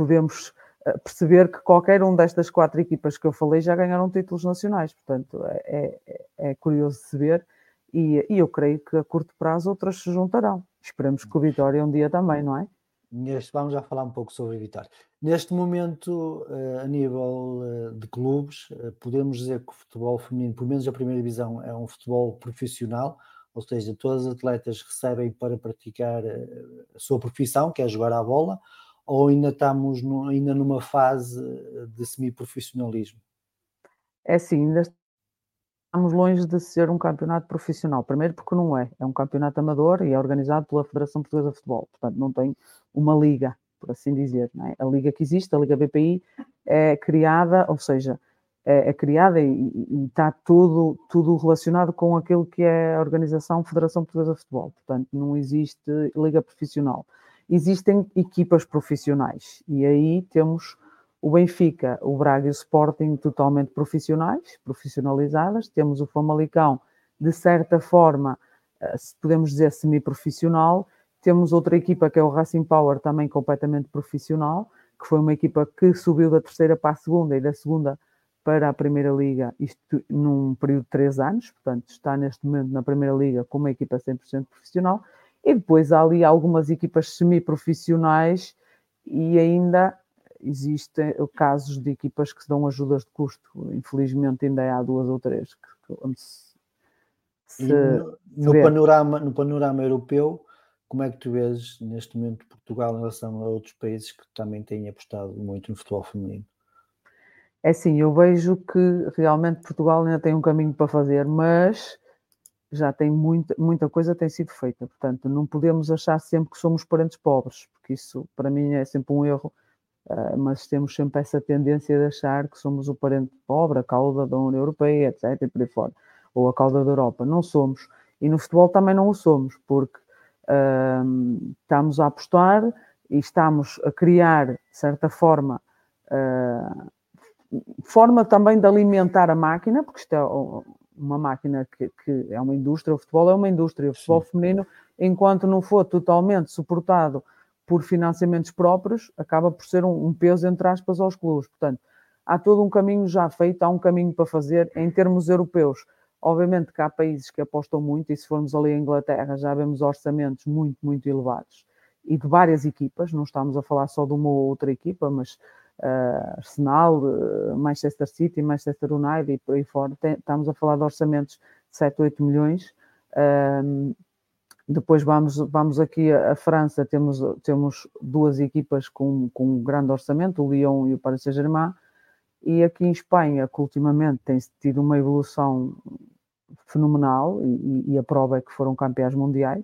Speaker 4: perceber que qualquer um destas 4 equipas que eu falei já ganharam títulos nacionais. Portanto, é curioso de se ver e eu creio que a curto prazo outras se juntarão. Esperemos que o Vitória um dia também, não é?
Speaker 3: Vamos já falar um pouco sobre a Vitória. Neste momento, a nível de clubes, podemos dizer que o futebol feminino, pelo menos a primeira divisão, é um futebol profissional, ou seja, todas as atletas recebem para praticar a sua profissão, que é jogar à bola, ou ainda estamos ainda numa fase de semi-profissionalismo?
Speaker 4: É assim, ainda estamos longe de ser um campeonato profissional. Primeiro porque não é um campeonato amador e é organizado pela Federação Portuguesa de Futebol. Portanto, não tem uma liga, por assim dizer. Não é? A liga que existe, a Liga BPI, é criada, ou seja, é criada e está tudo relacionado com aquilo que é a organização Federação Portuguesa de Futebol. Portanto, não existe liga profissional. Existem equipas profissionais e aí temos o Benfica, o Braga e o Sporting totalmente profissionalizadas. Temos o Famalicão, de certa forma, se podemos dizer semi-profissional. Temos outra equipa que é o Racing Power, também completamente profissional, que foi uma equipa que subiu da terceira para a segunda e da segunda para a Primeira Liga, isto num período de 3 anos, portanto está neste momento na Primeira Liga com uma equipa 100% profissional. E depois há ali algumas equipas semi-profissionais e ainda existem casos de equipas que se dão ajudas de custo. Infelizmente ainda há 2 ou 3
Speaker 3: no panorama europeu, como é que tu vês neste momento Portugal em relação a outros países que também têm apostado muito no futebol feminino?
Speaker 4: É assim, eu vejo que realmente Portugal ainda tem um caminho para fazer, mas já tem muita coisa tem sido feita. Portanto, não podemos achar sempre que somos parentes pobres, porque isso para mim é sempre um erro. Mas temos sempre essa tendência de achar que somos o parente pobre, a cauda da União Europeia, etc. e por aí fora, ou a cauda da Europa. Não somos. E no futebol também não o somos, porque estamos a apostar e estamos a criar, de certa forma, forma também de alimentar a máquina, porque isto é uma máquina que é uma indústria, o futebol é uma indústria, o futebol feminino, enquanto não for totalmente suportado por financiamentos próprios, acaba por ser um peso, entre aspas, aos clubes. Portanto, há todo um caminho já feito, há um caminho para fazer em termos europeus. Obviamente que há países que apostam muito, e se formos ali à Inglaterra já vemos orçamentos muito, muito elevados, e de várias equipas, não estamos a falar só de uma ou outra equipa, mas Arsenal, Manchester City, Manchester United e por aí fora, estamos a falar de orçamentos de 7, 8 milhões. Depois vamos aqui à França, temos 2 equipas com um grande orçamento, o Lyon e o Paris Saint-Germain, e aqui em Espanha, que ultimamente tem tido uma evolução fenomenal, e a prova é que foram campeões mundiais,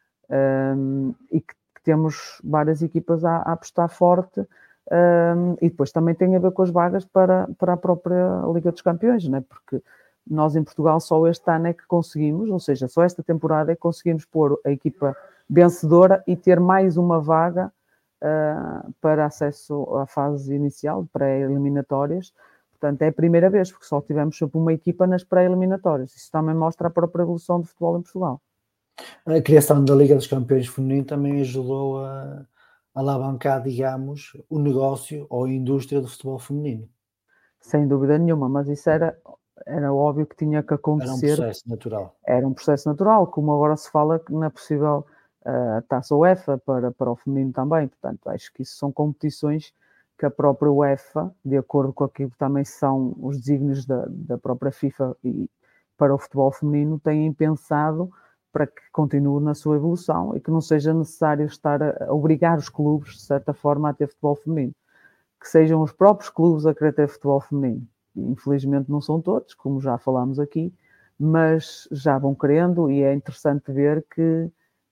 Speaker 4: e que temos várias equipas a apostar forte, e depois também tem a ver com as vagas para a própria Liga dos Campeões, né? Porque nós em Portugal só este ano é que conseguimos, ou seja, só esta temporada é que conseguimos pôr a equipa vencedora e ter mais uma vaga para acesso à fase inicial, pré-eliminatórias. Portanto, é a primeira vez, porque só tivemos sempre uma equipa nas pré-eliminatórias. Isso também mostra a própria evolução do futebol em Portugal.
Speaker 3: A criação da Liga dos Campeões Feminino também ajudou a alavancar, digamos, o negócio ou a indústria do futebol feminino.
Speaker 4: Sem dúvida nenhuma, mas isso era óbvio que tinha que acontecer.
Speaker 3: Era um processo natural.
Speaker 4: Era um processo natural, como agora se fala que na possível taça UEFA para o feminino também. Portanto, acho que isso são competições que a própria UEFA, de acordo com aquilo que também são os desígnios da própria FIFA e para o futebol feminino, têm pensado para que continue na sua evolução e que não seja necessário estar a obrigar os clubes, de certa forma, a ter futebol feminino. Que sejam os próprios clubes a querer ter futebol feminino. Infelizmente não são todos, como já falámos aqui, mas já vão querendo, e é interessante ver que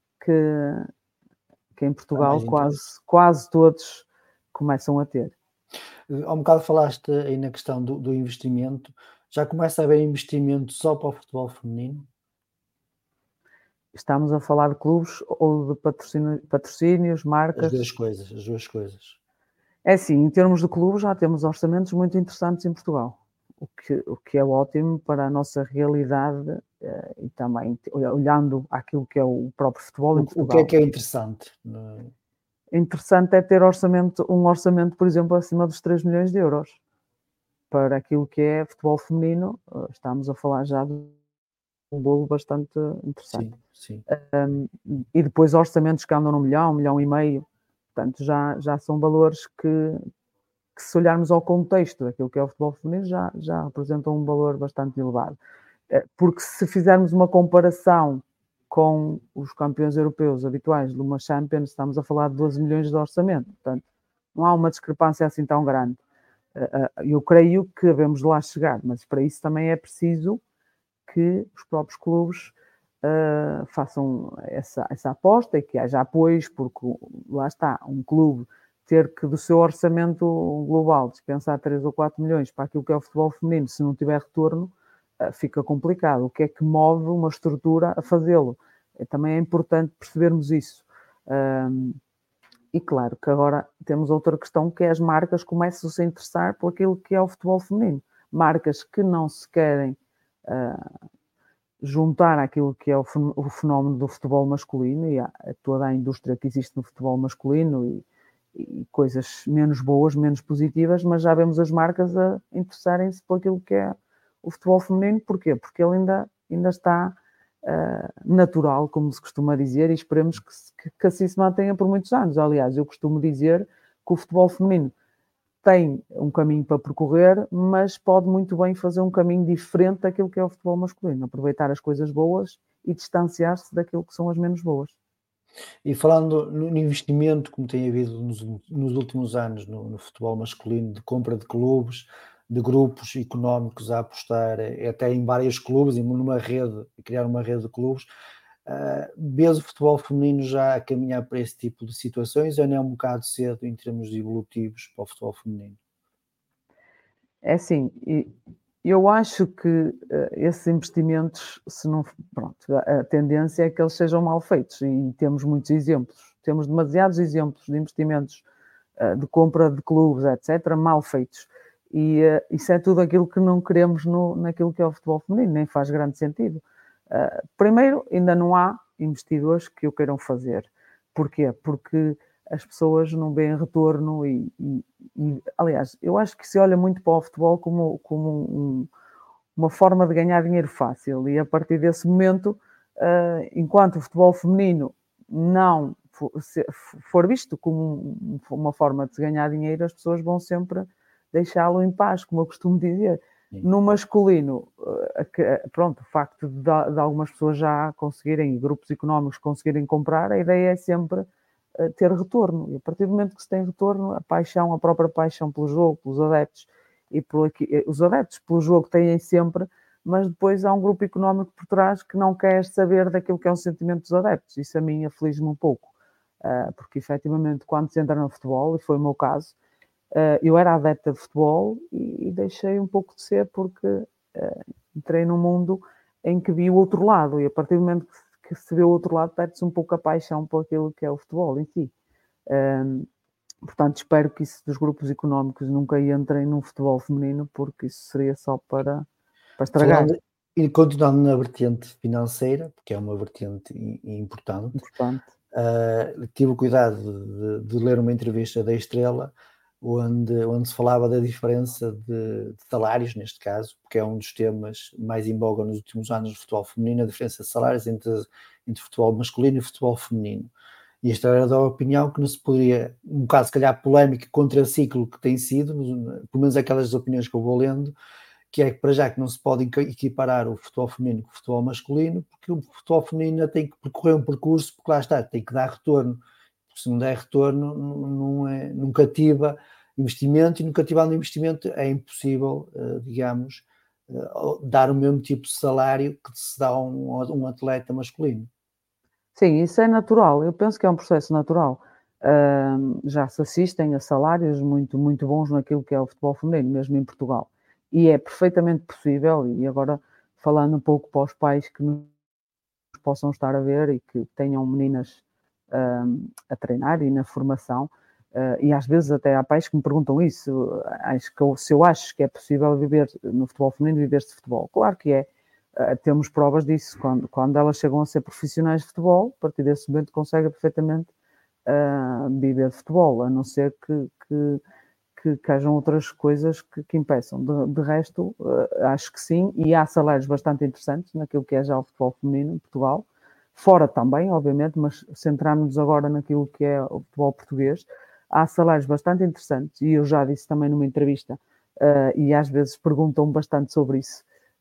Speaker 4: em Portugal quase todos começam a ter.
Speaker 3: Há um bocado falaste aí na questão do investimento. Já começa a haver investimento só para o futebol feminino?
Speaker 4: Estamos a falar de clubes ou de patrocínios, marcas?
Speaker 3: As duas coisas.
Speaker 4: É assim, em termos de clubes já temos orçamentos muito interessantes em Portugal, o que é ótimo para a nossa realidade e também olhando aquilo que é o próprio futebol em Portugal.
Speaker 3: O que é interessante?
Speaker 4: Interessante é ter um orçamento, por exemplo, acima dos 3 milhões de euros para aquilo que é futebol feminino. Estamos a falar já de um bolo bastante interessante.
Speaker 3: Sim.
Speaker 4: E depois orçamentos que andam no 1 milhão e meio. Portanto, já são valores que se olharmos ao contexto daquilo que é o futebol feminino, já representam um valor bastante elevado. Porque se fizermos uma comparação com os campeões europeus habituais de uma Champions, estamos a falar de 12 milhões de orçamento. Portanto, não há uma discrepância assim tão grande. Eu creio que devemos lá chegar, mas para isso também é preciso que os próprios clubes façam essa aposta e que haja apoios, porque lá está, um clube ter que do seu orçamento global dispensar 3 ou 4 milhões para aquilo que é o futebol feminino, se não tiver retorno, fica complicado. O que é que move uma estrutura a fazê-lo? Também é importante percebermos isso. E claro que agora temos outra questão, que é as marcas começam-se a interessar por aquilo que é o futebol feminino. Marcas que não se querem juntar àquilo que é o fenómeno do futebol masculino e a toda a indústria que existe no futebol masculino e coisas menos boas, menos positivas, mas já vemos as marcas a interessarem-se por aquilo que é o futebol feminino. Porquê? Porque ele ainda está natural, como se costuma dizer, e esperemos que assim se mantenha por muitos anos. Aliás, eu costumo dizer que o futebol feminino tem um caminho para percorrer, mas pode muito bem fazer um caminho diferente daquilo que é o futebol masculino, aproveitar as coisas boas e distanciar-se daquilo que são as menos boas.
Speaker 3: E falando no investimento, como tem havido nos últimos anos no futebol masculino, de compra de clubes, de grupos económicos a apostar até em vários clubes, numa rede, criar uma rede de clubes, vês o futebol feminino já a caminhar para esse tipo de situações, ou não é um bocado cedo em termos evolutivos para o futebol feminino?
Speaker 4: É assim, eu acho que esses investimentos, a tendência é que eles sejam mal feitos, e temos muitos exemplos, temos demasiados exemplos de investimentos de compra de clubes, etc., mal feitos, e isso é tudo aquilo que não queremos naquilo que é o futebol feminino, nem faz grande sentido. Primeiro, ainda não há investidores que o queiram fazer. Porquê? Porque as pessoas não veem retorno aliás, eu acho que se olha muito para o futebol como uma forma de ganhar dinheiro fácil, e a partir desse momento, enquanto o futebol feminino não for visto como uma forma de ganhar dinheiro, as pessoas vão sempre deixá-lo em paz, como eu costumo dizer. Sim. No masculino, pronto, o facto de algumas pessoas já conseguirem, grupos económicos conseguirem comprar, a ideia é sempre ter retorno, e a partir do momento que se tem retorno, a própria paixão pelo jogo, pelos adeptos, os adeptos pelo jogo têm sempre, mas depois há um grupo económico por trás que não quer saber daquilo que é o sentimento dos adeptos. Isso a mim aflige-me um pouco, porque efetivamente quando se entra no futebol, e foi o meu caso, eu era adepta de futebol e deixei um pouco de ser, porque entrei num mundo em que vi o outro lado, e a partir do momento que se vê o outro lado, perde-se um pouco a paixão por aquilo que é o futebol em si. Portanto, espero que isso dos grupos económicos nunca entrem num futebol feminino, porque isso seria só para estragar.
Speaker 3: E continuando na vertente financeira, porque é uma vertente importante. Tive o cuidado de ler uma entrevista da Estrela, onde se falava da diferença de salários, neste caso, porque é um dos temas mais em voga nos últimos anos do futebol feminino, a diferença de salários entre futebol masculino e futebol feminino. E esta era da opinião que não se poderia, um bocado se calhar polémico contra o ciclo que tem sido, pelo menos aquelas opiniões que eu vou lendo, que é que para já que não se pode equiparar o futebol feminino com o futebol masculino, porque o futebol feminino tem que percorrer um percurso, porque lá está, tem que dar retorno. Porque se não der retorno, não cativa investimento, e não cativando investimento é impossível, digamos, dar o mesmo tipo de salário que se dá a um atleta masculino.
Speaker 4: Sim, isso é natural. Eu penso que é um processo natural. Já se assistem a salários muito, muito bons naquilo que é o futebol feminino, mesmo em Portugal. E é perfeitamente possível, e agora falando um pouco para os pais que nos possam estar a ver e que tenham meninas a treinar e na formação, e às vezes até há pais que me perguntam isso, se eu acho que é possível viver no futebol feminino, viver-se de futebol. Claro que é. Temos provas disso, quando elas chegam a ser profissionais de futebol, a partir desse momento conseguem perfeitamente viver de futebol, a não ser que hajam outras coisas que impeçam. De resto, acho que sim, e há salários bastante interessantes naquilo que é já o futebol feminino em Portugal, fora também, obviamente, mas centrarmos-nos agora naquilo que é o futebol português. Há salários bastante interessantes, e eu já disse também numa entrevista, e às vezes perguntam bastante sobre isso,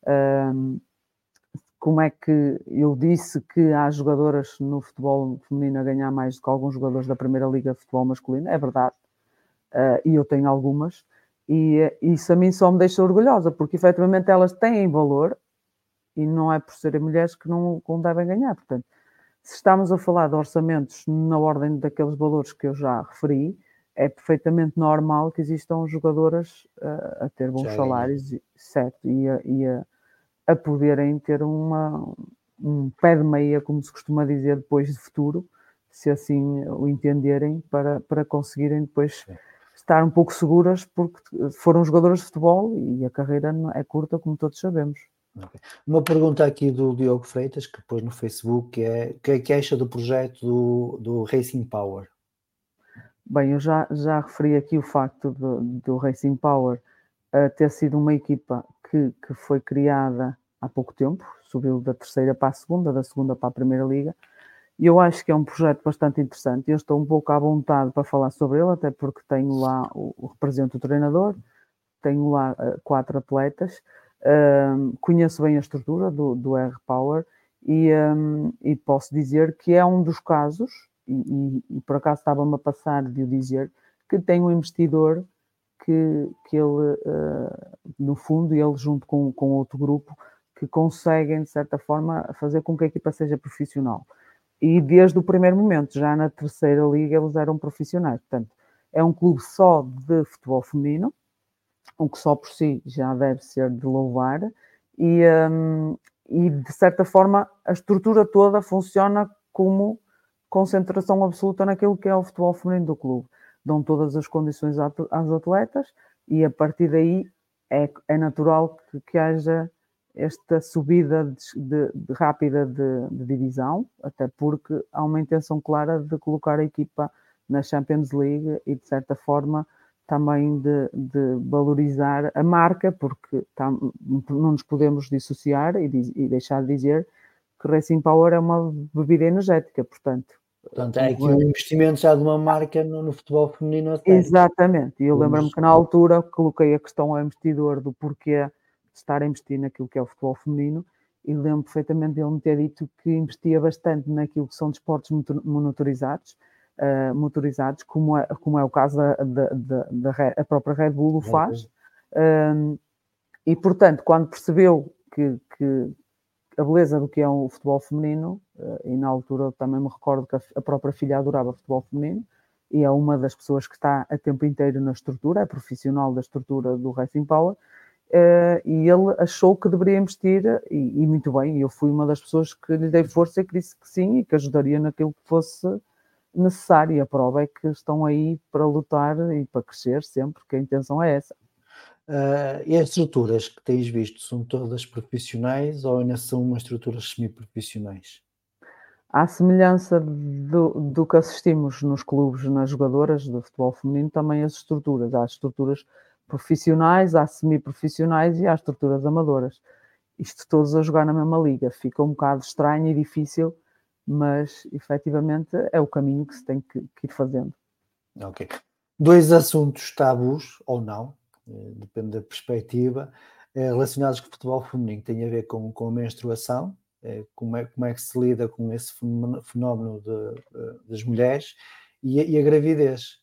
Speaker 4: como é que eu disse que há jogadoras no futebol feminino a ganhar mais do que alguns jogadores da Primeira Liga de Futebol Masculino. É verdade, e eu tenho algumas, e isso a mim só me deixa orgulhosa, porque efetivamente elas têm valor, e não é por serem mulheres que não devem ganhar. Portanto, se estamos a falar de orçamentos na ordem daqueles valores que eu já referi, é perfeitamente normal que existam jogadoras a ter bons salários, certo, e a poderem ter um pé de meia, como se costuma dizer, depois de futuro, se assim o entenderem, para conseguirem depois estar um pouco seguras, porque foram jogadoras de futebol e a carreira é curta, como todos sabemos.
Speaker 3: Okay. Uma pergunta aqui do Diogo Freitas, que pôs no Facebook, é o que é que acha do projeto do Racing Power?
Speaker 4: Bem, eu já referi aqui o facto do Racing Power ter sido uma equipa que foi criada há pouco tempo, subiu da terceira para a segunda, da segunda para a Primeira Liga, e eu acho que é um projeto bastante interessante. Eu estou um pouco à vontade para falar sobre ele, até porque tenho lá represento o treinador, tenho lá 4 atletas, conheço bem a estrutura do R-Power, e posso dizer que é um dos casos, e por acaso estava-me a passar de o dizer, que tem um investidor que ele, no fundo, ele junto com outro grupo, que conseguem, de certa forma, fazer com que a equipa seja profissional. E desde o primeiro momento, já na terceira liga, eles eram profissionais. Portanto, é um clube só de futebol feminino, o que só por si já deve ser de louvar, e de certa forma a estrutura toda funciona como concentração absoluta naquilo que é o futebol feminino do clube. Dão todas as condições às atletas, e a partir daí é natural que haja esta subida rápida de divisão, até porque há uma intenção clara de colocar a equipa na Champions League e, de certa forma, também de valorizar a marca, porque não nos podemos dissociar e deixar de dizer que Racing Power é uma bebida energética, portanto...
Speaker 3: Portanto, é aqui um investimento já de uma marca no futebol feminino a sério.
Speaker 4: Exatamente, e eu lembro-me que na altura coloquei a questão ao investidor do porquê de estar a investir naquilo que é o futebol feminino, e lembro perfeitamente dele me ter dito que investia bastante naquilo que são desportos motorizados, como é o caso da própria Red Bull o faz, e portanto, quando percebeu que a beleza do que é o futebol feminino, e na altura também me recordo que a própria filha adorava futebol feminino, e é uma das pessoas que está a tempo inteiro na estrutura, é profissional da estrutura do Racing Power, e ele achou que deveria investir, e muito bem, eu fui uma das pessoas que lhe dei força e que disse que sim, e que ajudaria naquilo que fosse necessário. A prova é que estão aí para lutar e para crescer sempre, que a intenção é essa.
Speaker 3: E as estruturas que tens visto são todas profissionais ou ainda são umas estruturas semi-profissionais?
Speaker 4: À semelhança do que assistimos nos clubes, nas jogadoras do futebol feminino, também as estruturas. Há estruturas profissionais, há semi-profissionais e há estruturas amadoras. Isto todos a jogar na mesma liga. Fica um bocado estranho e difícil, mas efetivamente é o caminho que se tem que ir fazendo.
Speaker 3: Ok. 2 assuntos tabus, ou não, depende da perspectiva, relacionados com o futebol feminino. Tem a ver com a menstruação, como é que se lida com esse fenómeno das mulheres e a gravidez.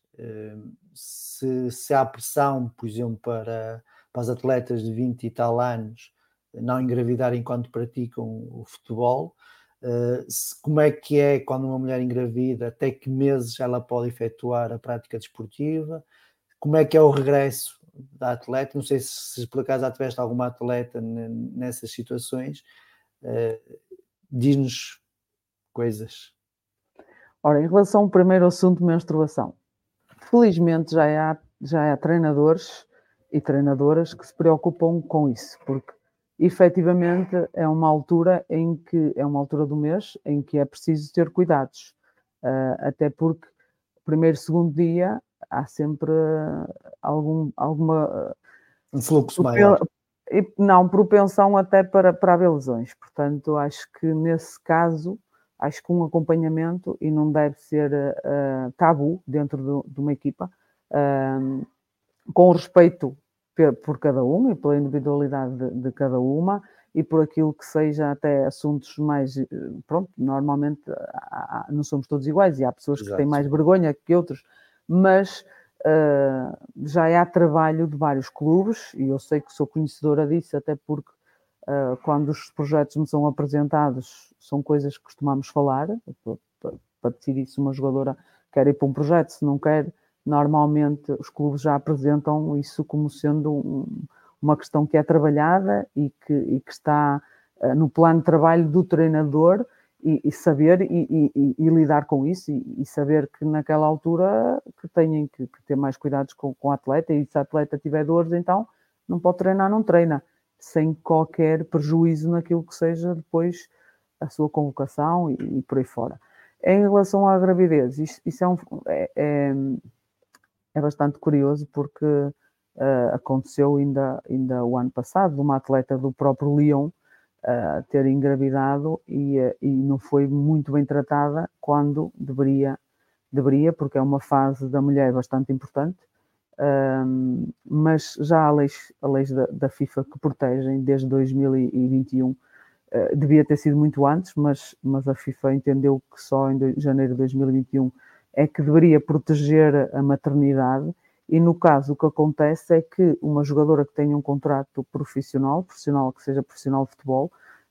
Speaker 3: Se há pressão, por exemplo, para as atletas de 20 e tal anos não engravidar enquanto praticam o futebol, como é que é quando uma mulher engravida, até que meses ela pode efetuar a prática desportiva, como é que é o regresso da atleta, não sei se por acaso já tiveste alguma atleta nessas situações, diz-nos coisas.
Speaker 4: Ora, em relação ao primeiro assunto, menstruação, felizmente já há treinadores e treinadoras que se preocupam com isso, porque efetivamente é uma altura do mês em que é preciso ter cuidados, até porque primeiro, segundo dia há sempre alguma
Speaker 3: um fluxo maior.
Speaker 4: Não, propensão até para haver lesões. Portanto, acho que nesse caso, acho que um acompanhamento, e não deve ser tabu dentro de uma equipa, com respeito por cada uma e pela individualidade de cada uma e por aquilo que seja até assuntos mais... Pronto, normalmente não somos todos iguais e há pessoas que têm mais vergonha que outros, mas já há trabalho de vários clubes e eu sei que sou conhecedora disso, até porque quando os projetos me são apresentados são coisas que costumamos falar para decidir se uma jogadora quer ir para um projeto, se não quer. Normalmente os clubes já apresentam isso como sendo uma questão que é trabalhada e que está no plano de trabalho do treinador e saber e lidar com isso e saber que naquela altura que têm que ter mais cuidados com o atleta e se a atleta tiver dores, então não pode treinar, não treina, sem qualquer prejuízo naquilo que seja depois a sua convocação e por aí fora. Em relação à gravidez, isso é bastante curioso porque aconteceu ainda o ano passado, uma atleta do próprio Lyon ter engravidado e não foi muito bem tratada quando deveria, porque é uma fase da mulher bastante importante, mas já há leis da FIFA que protegem desde 2021, devia ter sido muito antes, mas a FIFA entendeu que só em janeiro de 2021 é que deveria proteger a maternidade e no caso o que acontece é que uma jogadora que tenha um contrato profissional que seja profissional de futebol,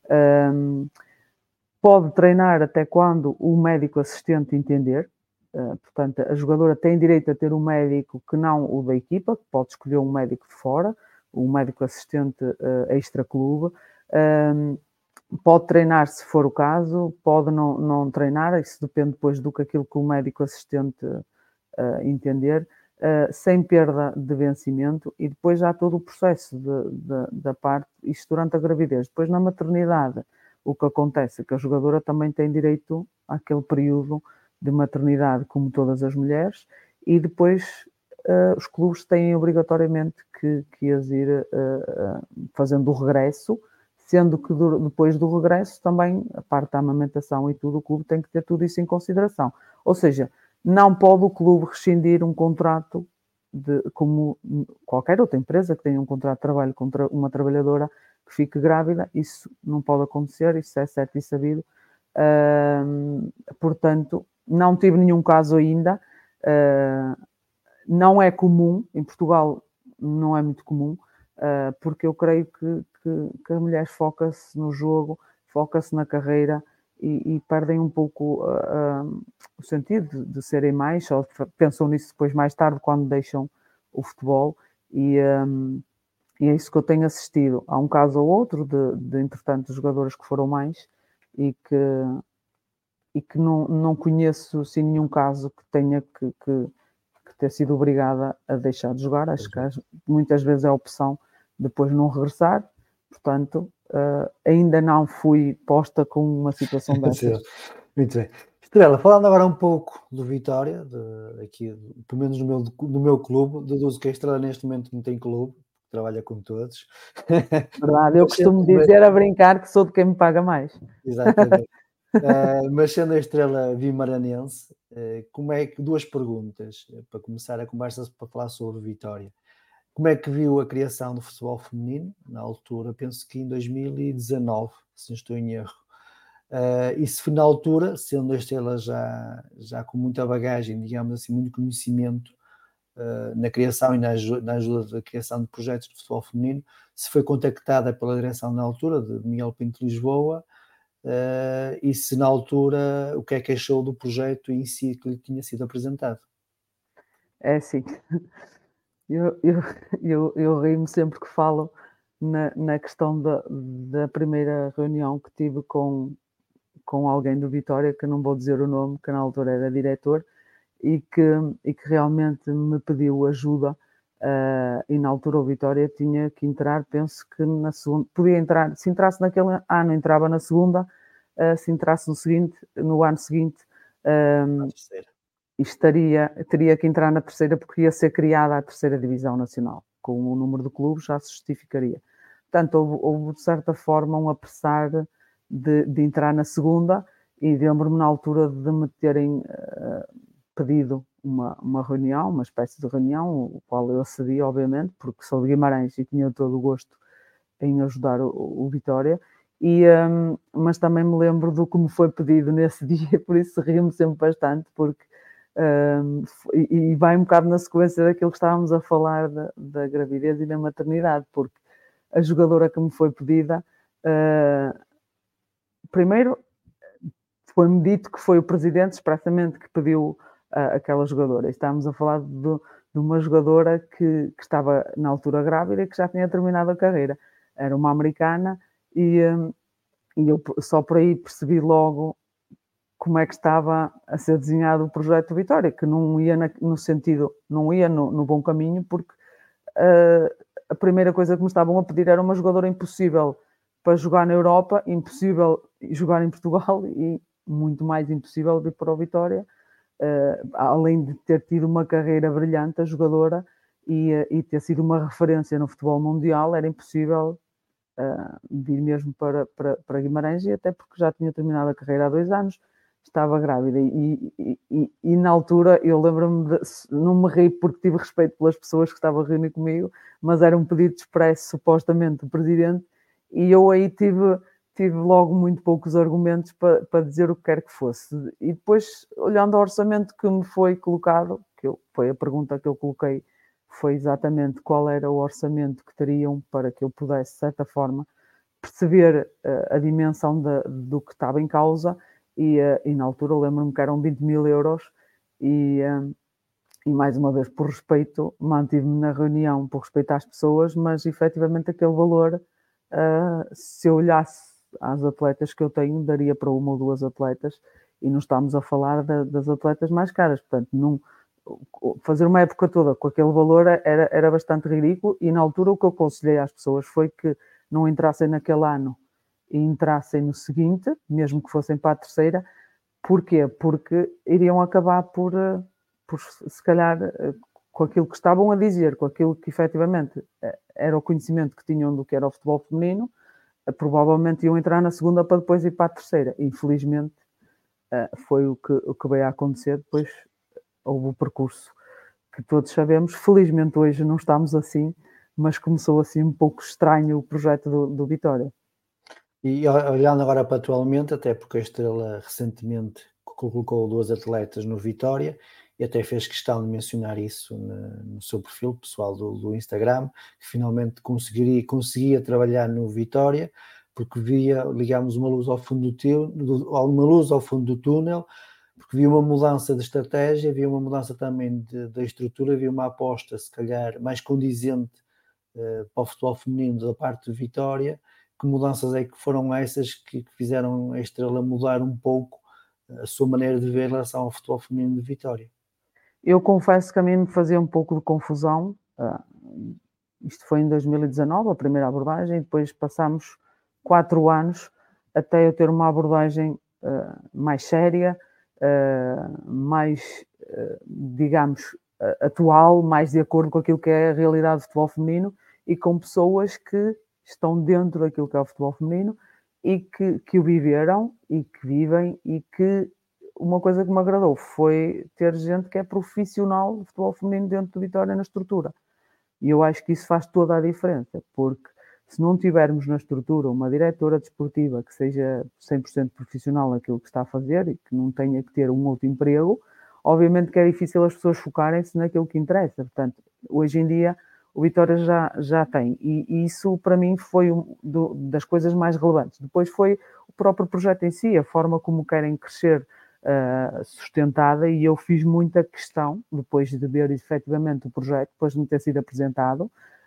Speaker 4: pode treinar até quando o médico assistente entender, portanto a jogadora tem direito a ter um médico que não o da equipa, que pode escolher um médico de fora, um médico assistente extra-clube, pode treinar se for o caso, pode não treinar, isso depende depois aquilo que o médico assistente entender, sem perda de vencimento e depois já todo o processo da parte, isto durante a gravidez. Depois na maternidade, o que acontece é que a jogadora também tem direito àquele período de maternidade como todas as mulheres, e depois os clubes têm obrigatoriamente que as ir fazendo o regresso, sendo que depois do regresso também a parte da amamentação e tudo, o clube tem que ter tudo isso em consideração. Ou seja, não pode o clube rescindir um contrato como qualquer outra empresa que tenha um contrato de trabalho contra uma trabalhadora que fique grávida. Isso não pode acontecer, isso é certo e sabido. Portanto, não tive nenhum caso ainda. Não é comum, em Portugal não é muito comum, porque eu creio que a mulher foca-se no jogo, foca-se na carreira e perdem um pouco o sentido de serem mais, só pensam nisso depois mais tarde quando deixam o futebol, e é isso que eu tenho assistido. Há um caso ou outro de entretanto, jogadores que foram mais e que não conheço assim, nenhum caso que tenha que ter sido obrigada a deixar de jogar. Acho que muitas vezes é a opção depois não regressar, portanto ainda não fui posta com uma situação dessas.
Speaker 3: Muito bem. Estrela, falando agora um pouco do Vitória, aqui, pelo menos no meu clube, deduzo que a Estrela neste momento não tem clube, trabalha com todos.
Speaker 4: Verdade, eu costumo dizer a brincar que sou de quem me paga mais.
Speaker 3: Exatamente. Mas sendo a Estrela vimaranense, duas perguntas para começar a conversa para falar sobre o Vitória. Como é que viu a criação do futebol feminino na altura? Penso que em 2019, se não estou em erro. E se na altura, sendo a Estrela já com muita bagagem, digamos assim, muito conhecimento na criação e na ajuda da criação de projetos de futebol feminino, se foi contactada pela direção na altura de Miguel Pinto de Lisboa, e se na altura o que é que achou do projeto em si que lhe tinha sido apresentado?
Speaker 4: É assim, eu rio-me sempre que falo na questão da primeira reunião que tive com alguém do Vitória, que não vou dizer o nome, que na altura era diretor, e que realmente me pediu ajuda, e na altura o Vitória tinha que entrar, penso que na segunda, podia entrar, se entrasse naquele ano entrava na segunda, se entrasse no ano seguinte, teria que entrar na terceira, porque ia ser criada a terceira divisão nacional, com o número de clubes já se justificaria. Portanto, houve de certa forma um apressar de entrar na segunda, e lembro-me na altura de me terem pedido uma reunião, uma espécie de reunião, o qual eu acedi, obviamente, porque sou de Guimarães e tinha todo o gosto em ajudar o Vitória, mas também me lembro do que me foi pedido nesse dia, por isso rio-me sempre bastante, porque e vai um bocado na sequência daquilo que estávamos a falar da gravidez e da maternidade, porque a jogadora que me foi pedida, primeiro foi-me dito que foi o presidente expressamente que pediu aquela jogadora. Estávamos a falar de uma jogadora que estava na altura grávida e que já tinha terminado a carreira. Era uma americana e eu só por aí percebi logo como é que estava a ser desenhado o projeto Vitória, que não ia no sentido, não ia no bom caminho, porque a primeira coisa que me estavam a pedir era uma jogadora impossível para jogar na Europa, impossível jogar em Portugal e muito mais impossível vir para o Vitória, além de ter tido uma carreira brilhante, a jogadora, e ter sido uma referência no futebol mundial, era impossível vir mesmo para Guimarães, e até porque já tinha terminado a carreira há 2 anos, estava grávida, e na altura eu lembro-me, não me ri porque tive respeito pelas pessoas que estavam a reunir comigo, mas era um pedido expresso supostamente do presidente, e eu aí tive logo muito poucos argumentos para dizer o que quer que fosse. E depois, olhando ao orçamento que me foi colocado, foi a pergunta que eu coloquei, foi exatamente qual era o orçamento que teriam para que eu pudesse, de certa forma, perceber a dimensão do que estava em causa, e na altura eu lembro-me que eram 20 mil euros, e mais uma vez, por respeito, mantive-me na reunião por respeito às pessoas, mas efetivamente aquele valor, se eu olhasse às atletas que eu tenho, daria para 1 ou 2 atletas, e não estamos a falar das atletas mais caras. Portanto, fazer uma época toda com aquele valor era bastante ridículo, e na altura o que eu aconselhei às pessoas foi que não entrassem naquele ano e entrassem no seguinte, mesmo que fossem para a terceira, Porquê? Porque iriam acabar por se calhar, com aquilo que estavam a dizer, com aquilo que efetivamente era o conhecimento que tinham do que era o futebol feminino, provavelmente iam entrar na segunda para depois ir para a terceira. Infelizmente, foi o que veio a acontecer. Depois houve o percurso que todos sabemos. Felizmente hoje não estamos assim, mas começou assim um pouco estranho o projeto do Vitória.
Speaker 3: E olhando agora para atualmente, até porque a Estrela recentemente colocou 2 atletas no Vitória e até fez questão de mencionar isso no seu perfil pessoal do Instagram, que finalmente conseguia trabalhar no Vitória, porque via, digamos, uma luz ao fundo do túnel, porque havia uma mudança de estratégia, havia uma mudança também da estrutura, havia uma aposta, se calhar, mais condizente para o futebol feminino da parte do Vitória. Que mudanças é que foram essas que fizeram a Estrela mudar um pouco a sua maneira de ver em relação ao futebol feminino de Vitória?
Speaker 4: Eu confesso que a mim me fazia um pouco de confusão. Isto foi em 2019, a primeira abordagem, e depois passámos 4 anos até eu ter uma abordagem mais séria, mais, digamos, atual, mais de acordo com aquilo que é a realidade do futebol feminino e com pessoas que estão dentro daquilo que é o futebol feminino e que o viveram e que vivem, e que uma coisa que me agradou foi ter gente que é profissional de futebol feminino dentro do Vitória na estrutura. E eu acho que isso faz toda a diferença, porque se não tivermos na estrutura uma diretora desportiva que seja 100% profissional naquilo que está a fazer e que não tenha que ter um outro emprego, obviamente que é difícil as pessoas focarem-se naquilo que interessa. Portanto, hoje em dia o Vitória já tem, e isso para mim foi das coisas mais relevantes. Depois foi o próprio projeto em si, a forma como querem crescer sustentada, e eu fiz muita questão, depois de ver efetivamente o projeto, depois de me ter sido apresentado,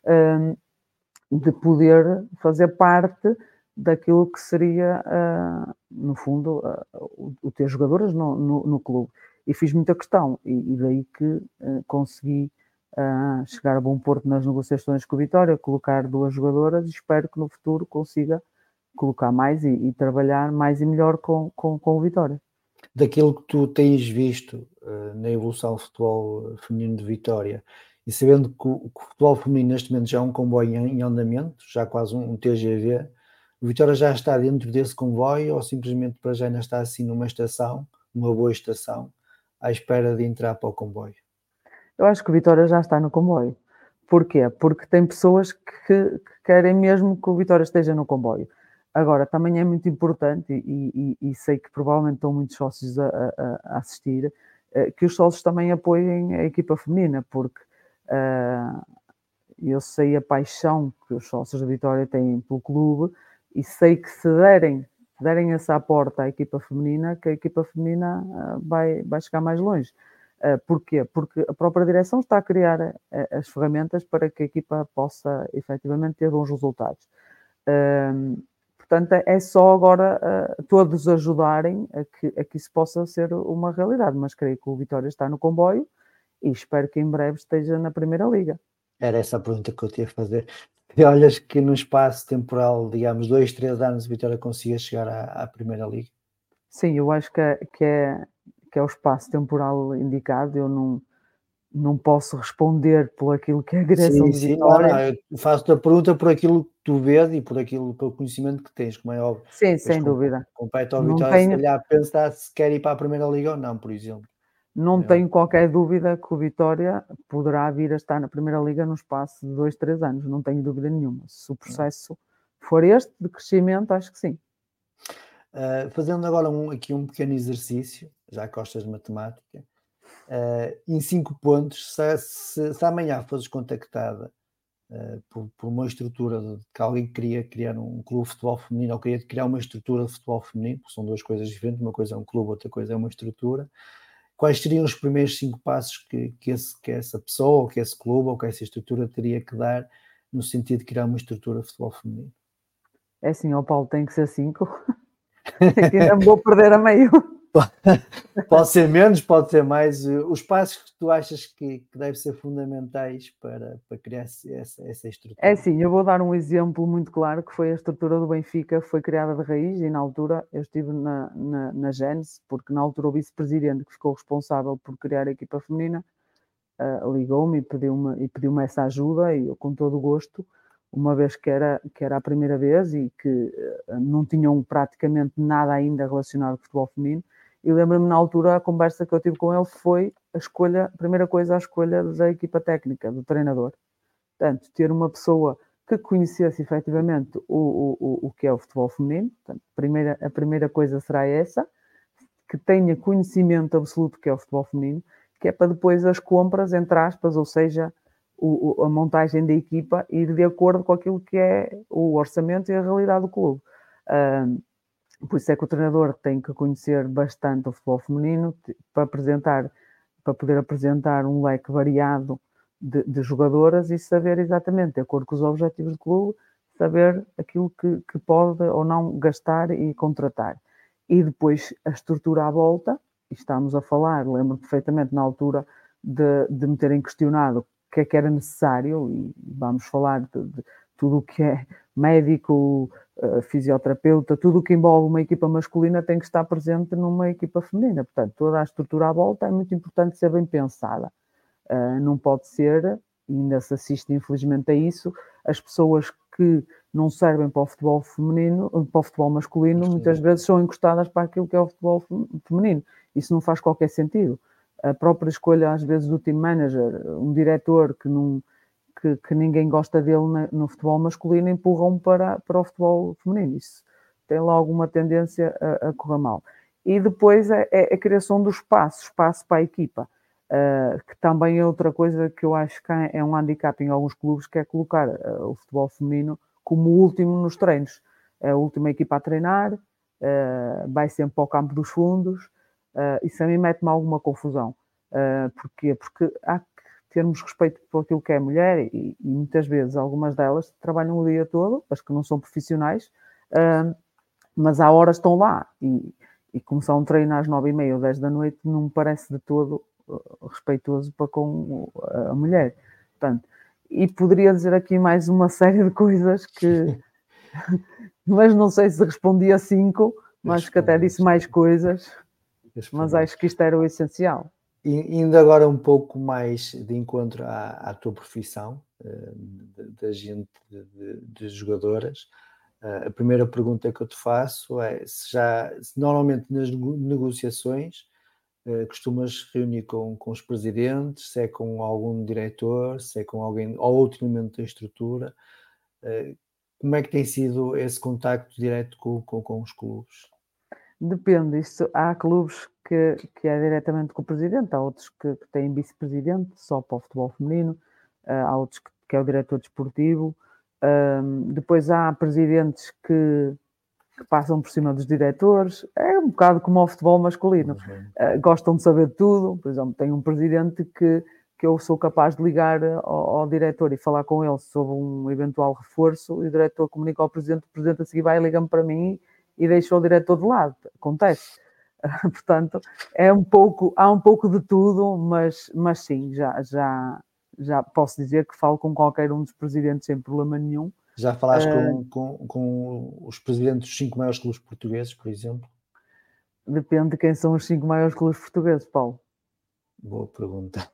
Speaker 4: de poder fazer parte daquilo que seria, no fundo, o ter jogadoras no clube. E fiz muita questão, e daí que consegui chegar a bom porto nas negociações com o Vitória, colocar 2 jogadoras, e espero que no futuro consiga colocar mais e trabalhar mais e melhor com o Vitória.
Speaker 3: Daquilo que tu tens visto na evolução do futebol feminino de Vitória, e sabendo que o futebol feminino neste momento já é um comboio em andamento, já quase um TGV, o Vitória já está dentro desse comboio ou simplesmente para já ainda está assim numa estação, uma boa estação, à espera de entrar para o comboio?
Speaker 4: Eu acho que o Vitória já está no comboio. Porquê? Porque tem pessoas que querem mesmo que o Vitória esteja no comboio. Agora, também é muito importante, e sei que provavelmente estão muitos sócios a assistir, que os sócios também apoiem a equipa feminina, porque eu sei a paixão que os sócios da Vitória têm pelo clube, e sei que se derem essa porta à equipa feminina, que a equipa feminina vai chegar mais longe. Porquê? Porque a própria direção está a criar as ferramentas para que a equipa possa efetivamente ter bons resultados. Portanto, é só agora todos ajudarem a que isso possa ser uma realidade, mas creio que o Vitória está no comboio e espero que em breve esteja na Primeira Liga.
Speaker 3: Era essa a pergunta que eu te ia fazer. E olhas que no espaço temporal, digamos, 2, 3 anos, o Vitória consiga chegar à Primeira Liga?
Speaker 4: Sim, eu acho que é o espaço temporal indicado. Eu não posso responder por aquilo que é a direção de Vitória.
Speaker 3: Não, eu faço-te a pergunta por aquilo que tu vês e pelo conhecimento que tens, como é óbvio.
Speaker 4: Sim, sem dúvida.
Speaker 3: Compete ao Vitória, se calhar, pensar se quer ir para a Primeira Liga ou não, por exemplo.
Speaker 4: Não tenho qualquer dúvida que o Vitória poderá vir a estar na Primeira Liga no espaço de 2, 3 anos, não tenho dúvida nenhuma. Se o processo for este de crescimento, acho que sim.
Speaker 3: Fazendo agora aqui um pequeno exercício, já que gostas de matemática, em 5 pontos, se amanhã fosses contactada por uma estrutura que alguém queria criar um clube de futebol feminino, ou queria criar uma estrutura de futebol feminino, porque são 2 coisas diferentes, uma coisa é um clube, outra coisa é uma estrutura, quais seriam os primeiros 5 passos que essa pessoa, ou que esse clube, ou que essa estrutura teria que dar no sentido de criar uma estrutura de futebol feminino?
Speaker 4: É assim, Paulo, tem que ser 5. Que ainda me vou perder a meio.
Speaker 3: Pode ser menos, pode ser mais. Os passos que tu achas que devem ser fundamentais para criar essa estrutura?
Speaker 4: É assim, eu vou dar um exemplo muito claro, que foi a estrutura do Benfica, foi criada de raiz e na altura eu estive na Gênese, porque na altura o vice-presidente que ficou responsável por criar a equipa feminina ligou-me e pediu-me essa ajuda e eu com todo o gosto, uma vez que era a primeira vez e que não tinham praticamente nada ainda relacionado com o futebol feminino. E lembro-me na altura, a conversa que eu tive com ele foi a primeira coisa, a escolha da equipa técnica, do treinador. Portanto, ter uma pessoa que conhecesse efetivamente o que é o futebol feminino. Portanto, a primeira coisa será essa, que tenha conhecimento absoluto do que é o futebol feminino, que é para depois as compras, entre aspas, ou seja, a montagem da equipa ir de acordo com aquilo que é o orçamento e a realidade do clube. Por isso é que o treinador tem que conhecer bastante o futebol feminino para poder apresentar um leque variado de jogadoras e saber exatamente, de acordo com os objetivos do clube, saber aquilo que pode ou não gastar e contratar. E depois a estrutura à volta, e estamos a falar, lembro perfeitamente na altura de me terem questionado o que era necessário, e vamos falar de tudo o que é médico, fisioterapeuta, tudo o que envolve uma equipa masculina tem que estar presente numa equipa feminina. Portanto, toda a estrutura à volta é muito importante ser bem pensada. Não pode ser, e ainda se assiste infelizmente a isso, as pessoas que não servem para o futebol feminino, para o futebol masculino, muitas vezes são encostadas para aquilo que é o futebol feminino. Isso não faz qualquer sentido. A própria escolha, às vezes, do team manager, um diretor que ninguém gosta dele no futebol masculino, empurram para o futebol feminino. Isso tem logo uma tendência a correr mal. E depois é a criação do espaço para a equipa. Que também é outra coisa que eu acho que é um handicap em alguns clubes, que é colocar o futebol feminino como o último nos treinos. É a última equipa a treinar, vai sempre para o campo dos fundos, isso a mim mete-me alguma confusão. Porquê? Porque há que termos respeito por aquilo que é mulher e muitas vezes algumas delas trabalham o dia todo, as que não são profissionais, mas há horas estão lá e começar um treino às 9h30 ou 10 da noite não me parece de todo respeitoso para com a mulher. Portanto, e poderia dizer aqui mais uma série de coisas que mas não sei se respondi a 5, mas que até disse mais coisas, mas acho que isto era o essencial.
Speaker 3: E indo agora um pouco mais de encontro à tua profissão de agente de jogadoras, a primeira pergunta que eu te faço é se normalmente nas negociações costumas reunir com os presidentes, se é com algum diretor, se é com alguém ou outro elemento da estrutura. Como é que tem sido esse contacto direto com os clubes?
Speaker 4: Depende, há clubes que é diretamente com o presidente, há outros que têm vice-presidente só para o futebol feminino, há outros que é o diretor desportivo, depois há presidentes que passam por cima dos diretores, é um bocado como o futebol masculino, gostam de saber tudo. Por exemplo, tem um presidente que eu sou capaz de ligar ao diretor e falar com ele sobre um eventual reforço, e o diretor comunica ao presidente, o presidente a seguir vai e liga-me para mim e deixa o diretor de lado. Acontece. Portanto, há um pouco de tudo, mas sim, já posso dizer que falo com qualquer um dos presidentes sem problema nenhum.
Speaker 3: Já falaste com os presidentes dos 5 maiores clubes portugueses, por exemplo?
Speaker 4: Depende de quem são os 5 maiores clubes portugueses, Paulo.
Speaker 3: Boa pergunta.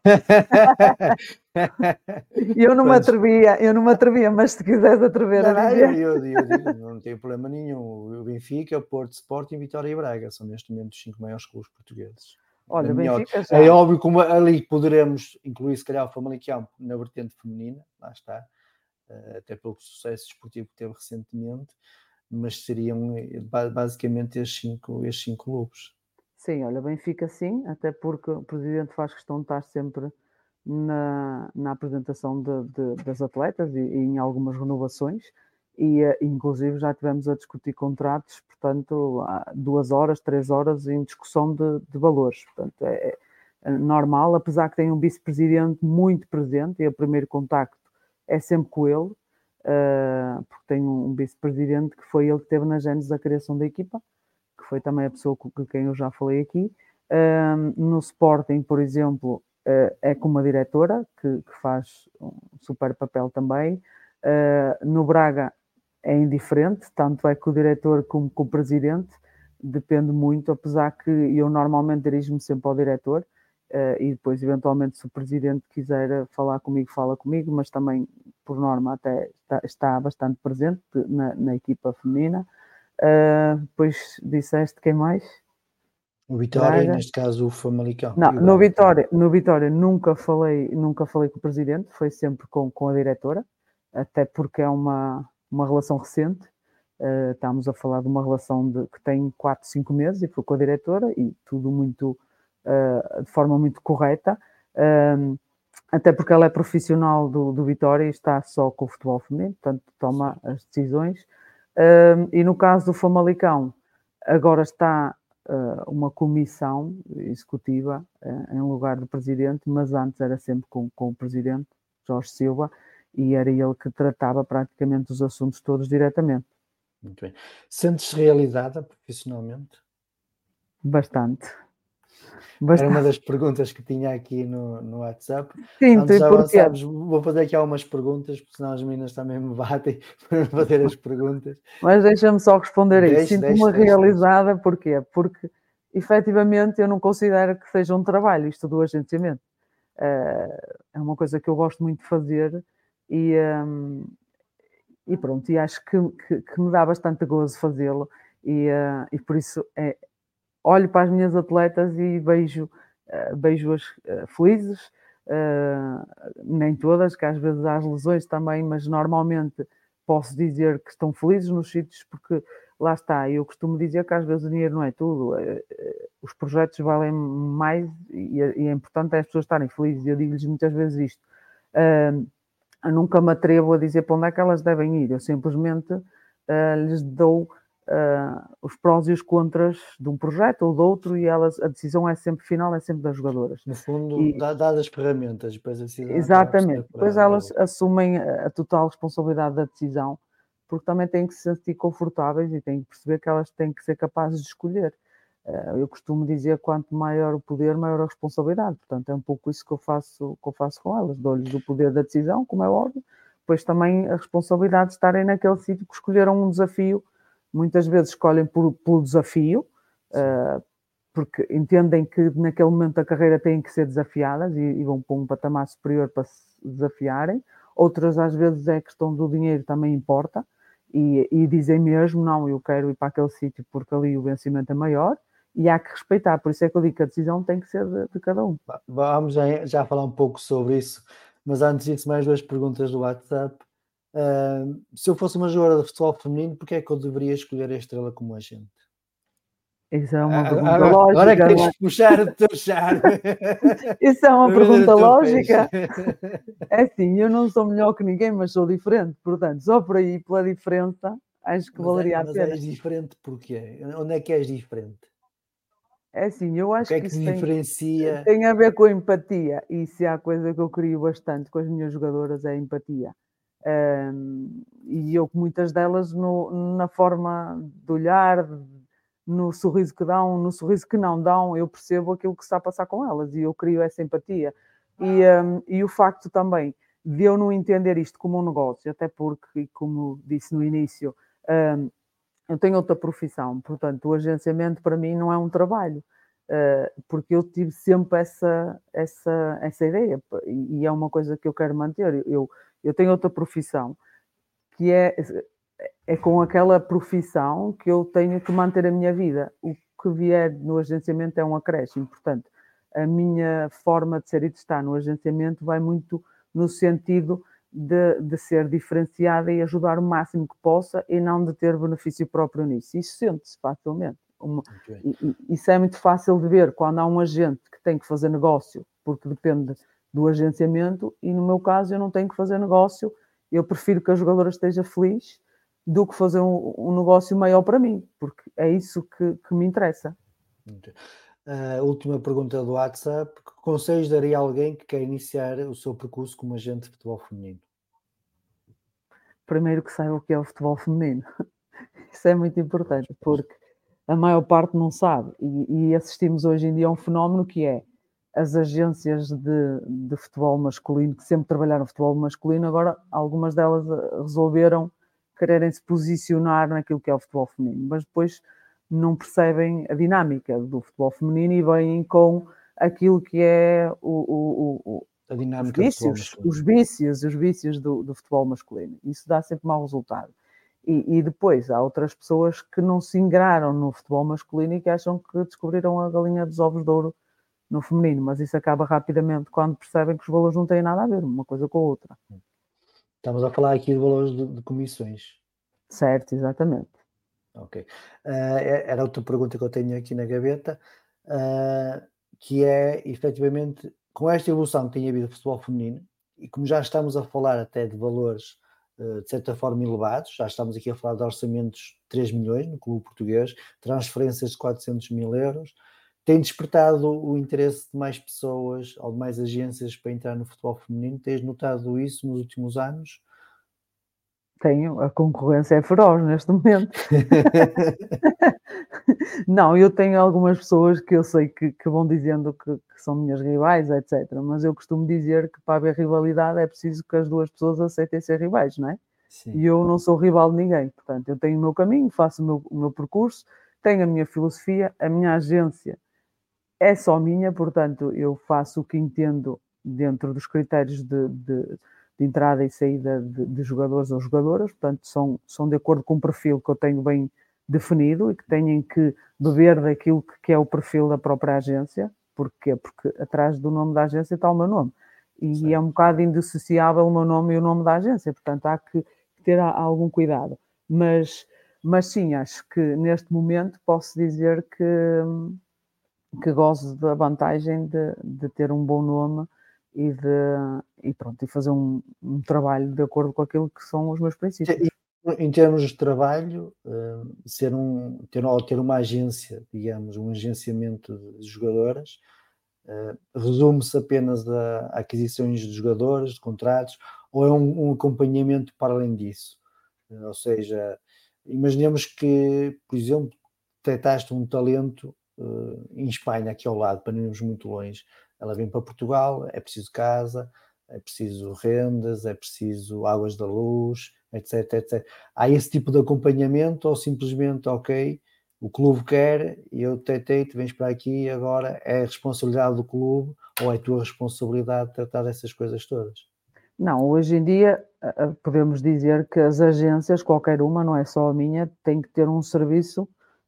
Speaker 4: Eu não me atrevia, mas se quiseres atrever a dizer...
Speaker 3: Eu digo, não tem problema nenhum. O Benfica, o Porto, Sporting, Vitória e Braga são neste momento os 5 maiores clubes portugueses.
Speaker 4: Olha, Benfica já...
Speaker 3: É óbvio que ali poderemos incluir se calhar o Famalicão na vertente feminina, lá está, até pelo sucesso desportivo que teve recentemente, mas seriam basicamente estes cinco clubes.
Speaker 4: Sim, olha, Benfica sim, até porque o presidente faz questão de estar sempre na apresentação das atletas e em algumas renovações, e inclusive já tivemos a discutir contratos, portanto, há 2 horas, 3 horas em discussão de valores. Portanto, é normal, apesar que tem um vice-presidente muito presente, e o primeiro contacto é sempre com ele, porque tem um vice-presidente que foi ele que teve na gênese da criação da equipa, que foi também a pessoa com quem eu já falei aqui. No Sporting, por exemplo, é com uma diretora que faz um super papel também. No Braga é indiferente, tanto é que o diretor como com o presidente, depende muito, apesar que eu normalmente dirijo-me sempre ao diretor, e depois eventualmente se o presidente quiser falar comigo, fala comigo, mas também por norma até está bastante presente na equipa feminina. Depois disseste quem mais?
Speaker 3: O Vitória,
Speaker 4: Braga.
Speaker 3: neste caso o Famalicão.
Speaker 4: Não,
Speaker 3: E o Braga
Speaker 4: no Vitória nunca falei com o presidente, foi sempre com a diretora, até porque é uma relação recente. Estamos a falar de uma relação que tem 4, 5 meses e foi com a diretora e tudo muito de forma muito correta, até porque ela é profissional do Vitória e está só com o futebol feminino, portanto toma as decisões. E no caso do Famalicão, agora está uma comissão executiva em lugar do presidente, mas antes era sempre com o presidente, Jorge Silva, e era ele que tratava praticamente os assuntos todos diretamente.
Speaker 3: Muito bem. Sentes-te realizada profissionalmente?
Speaker 4: Bastante.
Speaker 3: Era uma das perguntas que tinha aqui no WhatsApp.
Speaker 4: Sinto,
Speaker 3: Antes de
Speaker 4: e porquê?
Speaker 3: avançarmos, vou fazer aqui algumas perguntas, porque senão as meninas também me batem para fazer as perguntas.
Speaker 4: Mas deixa-me só responder isso. Sinto-me realizada,
Speaker 3: deixe.
Speaker 4: Porquê? Porque, efetivamente, eu não considero que seja um trabalho, isto do agenciamento. É uma coisa que eu gosto muito de fazer e pronto, e acho que me dá bastante gozo fazê-lo e por isso olho para as minhas atletas e vejo-as felizes, nem todas, que às vezes há as lesões também, mas normalmente posso dizer que estão felizes nos sítios, porque lá está, eu costumo dizer que às vezes o dinheiro não é tudo, os projetos valem mais e é importante as pessoas estarem felizes, e eu digo-lhes muitas vezes isto. Eu nunca me atrevo a dizer para onde é que elas devem ir, eu simplesmente lhes dou os prós e os contras de um projeto ou de outro, e a decisão é sempre final, é sempre das jogadoras.
Speaker 3: No fundo, dadas as ferramentas, depois a decisão
Speaker 4: exatamente, depois elas assumem a total responsabilidade da decisão, porque também têm que se sentir confortáveis e têm que perceber que elas têm que ser capazes de escolher. Eu costumo dizer que quanto maior o poder, maior a responsabilidade. Portanto, é um pouco isso que eu faço com elas. Dou-lhes o poder da decisão, como é óbvio, depois também a responsabilidade de estarem naquele sítio que escolheram um desafio. Muitas vezes escolhem pelo desafio, porque entendem que naquele momento da carreira têm que ser desafiadas e vão para um patamar superior para se desafiarem. Outras, às vezes, é questão do dinheiro, também importa, e dizem mesmo, não, eu quero ir para aquele sítio porque ali o vencimento é maior, e há que respeitar. Por isso é que eu digo que a decisão tem que ser de cada um.
Speaker 3: Vamos já falar um pouco sobre isso, mas antes disso, mais 2 perguntas do WhatsApp. Se eu fosse uma jogadora de futebol feminino, porque é que eu deveria escolher a Estrela como agente?
Speaker 4: Isso é uma pergunta lógica.
Speaker 3: Agora é que tens de puxar o teu charme.
Speaker 4: Isso é uma pergunta lógica. É assim, eu não sou melhor que ninguém, mas sou diferente. Portanto, só por aí, pela diferença, acho que valeria a pena.
Speaker 3: Mas és diferente porquê? Onde é que és diferente?
Speaker 4: É assim, eu acho que
Speaker 3: isso diferencia...
Speaker 4: tem a ver com a empatia. E se há coisa que eu crio bastante com as minhas jogadoras é a empatia. E eu, com muitas delas, na forma de olhar, no sorriso que dão, no sorriso que não dão, eu percebo aquilo que está a passar com elas e eu crio essa empatia. E o facto também de eu não entender isto como um negócio, até porque, como disse no início, eu tenho outra profissão, portanto, o agenciamento para mim não é um trabalho, porque eu tive sempre essa ideia e é uma coisa que eu quero manter. Eu tenho outra profissão que é com aquela profissão que eu tenho que manter a minha vida. O que vier no agenciamento é um acréscimo. Portanto, a minha forma de ser e de estar no agenciamento vai muito no sentido de ser diferenciada e ajudar o máximo que possa e não de ter benefício próprio nisso. Isso sente-se facilmente. Isso é muito fácil de ver quando há um agente que tem que fazer negócio, porque depende do agenciamento, e no meu caso eu não tenho que fazer negócio. Eu prefiro que a jogadora esteja feliz do que fazer um negócio maior para mim, porque é isso que me interessa.
Speaker 3: Última pergunta do WhatsApp: que conselhos daria a alguém que quer iniciar o seu percurso como agente de futebol feminino?
Speaker 4: Primeiro, que saiba o que é o futebol feminino. Isso é muito importante, porque a maior parte não sabe. E assistimos hoje em dia a um fenómeno que é as agências de futebol masculino, que sempre trabalharam futebol masculino, agora algumas delas resolveram quererem se posicionar naquilo que é o futebol feminino, mas depois não percebem a dinâmica do futebol feminino e vêm com aquilo que é
Speaker 3: a dinâmica
Speaker 4: os vícios do futebol masculino. Isso dá sempre mau resultado. E depois há outras pessoas que não se ingraram no futebol masculino e que acham que descobriram a galinha dos ovos de ouro no feminino, mas isso acaba rapidamente quando percebem que os valores não têm nada a ver uma coisa com a outra.
Speaker 3: Estamos a falar aqui de valores de comissões.
Speaker 4: Certo, exatamente.
Speaker 3: Ok. Era outra pergunta que eu tenho aqui na gaveta, que é, efetivamente, com esta evolução que tem havido do futebol feminino, e como já estamos a falar até de valores, de certa forma, elevados, já estamos aqui a falar de orçamentos de 3 milhões no clube português, transferências de 400 mil euros, tem despertado o interesse de mais pessoas ou de mais agências para entrar no futebol feminino? Tens notado isso nos últimos anos?
Speaker 4: A concorrência é feroz neste momento. Não, eu tenho algumas pessoas que eu sei que vão dizendo que são minhas rivais, etc. Mas eu costumo dizer que para haver rivalidade é preciso que as duas pessoas aceitem ser rivais, não é? Sim. E eu não sou rival de ninguém. Portanto, eu tenho o meu caminho, faço o meu percurso, tenho a minha filosofia, a minha agência é só minha, portanto, eu faço o que entendo dentro dos critérios de entrada e saída de jogadores ou jogadoras, portanto, são de acordo com o perfil que eu tenho bem definido e que têm que beber daquilo que é o perfil da própria agência. Porquê? Porque atrás do nome da agência está o meu nome. E sim, é um bocado indissociável o meu nome e o nome da agência, portanto, há que ter algum cuidado. Mas sim, acho que neste momento posso dizer que gozo da vantagem de ter um bom nome e fazer um trabalho de acordo com aquilo que são os meus princípios.
Speaker 3: Em termos de trabalho, ter uma agência, digamos, um agenciamento de jogadoras, resume-se apenas a aquisições de jogadores, de contratos, ou é um acompanhamento para além disso? Ou seja, imaginemos que, por exemplo, detectaste um talento em Espanha, aqui ao lado, para não irmos muito longe. Ela vem para Portugal, é preciso casa, é preciso rendas, é preciso águas da luz, etc, etc. Há esse tipo de acompanhamento ou simplesmente, ok, o clube quer e eu detectei-te, vens para aqui, agora é a responsabilidade do clube ou é a tua responsabilidade tratar dessas coisas todas?
Speaker 4: Não, hoje em dia podemos dizer que as agências, qualquer uma, não é só a minha, tem que ter um serviço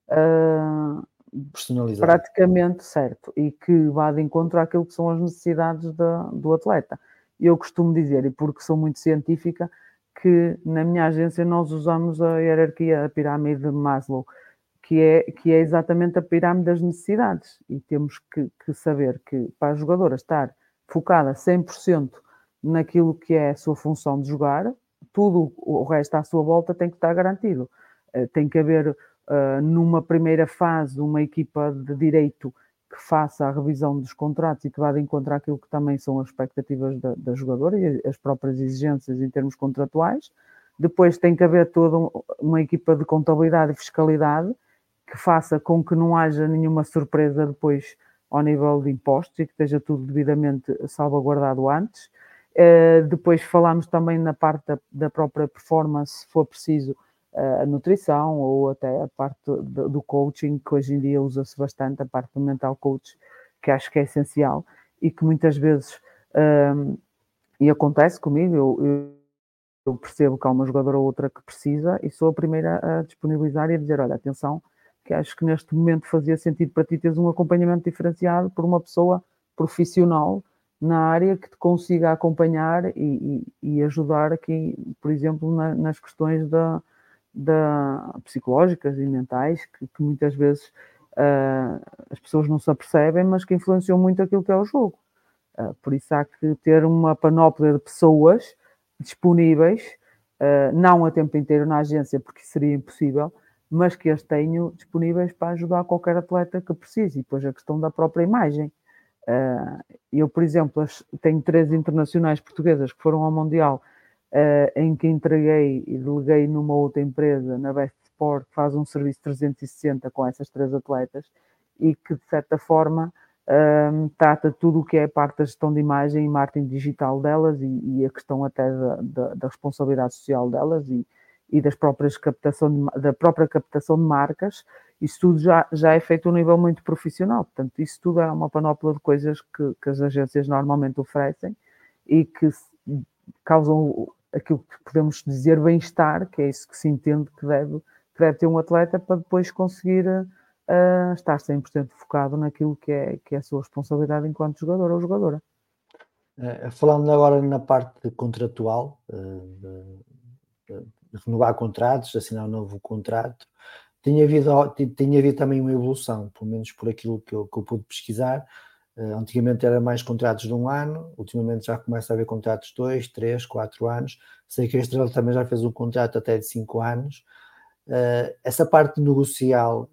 Speaker 3: personalizado,
Speaker 4: praticamente certo, e que vá de encontro àquilo que são as necessidades do atleta. Eu costumo dizer, e porque sou muito científica, que na minha agência nós usamos a hierarquia, a pirâmide de Maslow, que é exatamente a pirâmide das necessidades, e temos que saber que para a jogadora estar focada 100% naquilo que é a sua função de jogar, tudo o resto à sua volta tem que estar garantido. Tem que haver, numa primeira fase, uma equipa de direito que faça a revisão dos contratos e que vá de encontro àquilo que também são as expectativas da jogadora e as próprias exigências em termos contratuais. Depois tem que haver toda uma equipa de contabilidade e fiscalidade que faça com que não haja nenhuma surpresa depois ao nível de impostos e que esteja tudo devidamente salvaguardado antes. Depois falamos também na parte da própria performance, se for preciso, a nutrição ou até a parte do coaching, que hoje em dia usa-se bastante, a parte do mental coach, que acho que é essencial e que muitas vezes, e acontece comigo, eu percebo que há uma jogadora ou outra que precisa e sou a primeira a disponibilizar e a dizer, olha, atenção, que acho que neste momento fazia sentido para ti teres um acompanhamento diferenciado por uma pessoa profissional na área que te consiga acompanhar e ajudar aqui, por exemplo, nas questões psicológicas e mentais, que muitas vezes as pessoas não se apercebem, mas que influenciam muito aquilo que é o jogo. Por isso há que ter uma panóplia de pessoas disponíveis, não a tempo inteiro na agência, porque seria impossível, mas que as tenho disponíveis para ajudar qualquer atleta que precise. E depois a questão da própria imagem. Eu, por exemplo, tenho 3 internacionais portuguesas que foram ao Mundial, em que entreguei e deleguei numa outra empresa, na Best Sport, que faz um serviço 360 com essas 3 atletas e que, de certa forma, trata tudo o que é a parte da gestão de imagem e marketing digital delas e a questão até da responsabilidade social delas e da própria captação de marcas. Isso tudo já é feito a um nível muito profissional. Portanto, isso tudo é uma panóplia de coisas que as agências normalmente oferecem e que causam aquilo que podemos dizer bem-estar, que é isso que se entende que deve ter um atleta para depois conseguir estar 100% focado naquilo que é a sua responsabilidade enquanto jogador ou jogadora.
Speaker 3: Falando agora na parte contratual, de renovar contratos, assinar um novo contrato, tinha havido também uma evolução, pelo menos por aquilo que eu pude pesquisar. Antigamente era mais contratos de 1 ano, ultimamente já começa a haver contratos de 2, 3, 4 anos. Sei que a Estrela também já fez um contrato até de 5 anos. Essa parte negocial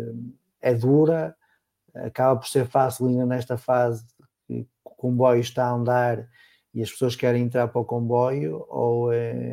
Speaker 3: é dura, acaba por ser fácil ainda nesta fase que o comboio está a andar e as pessoas querem entrar para o comboio, ou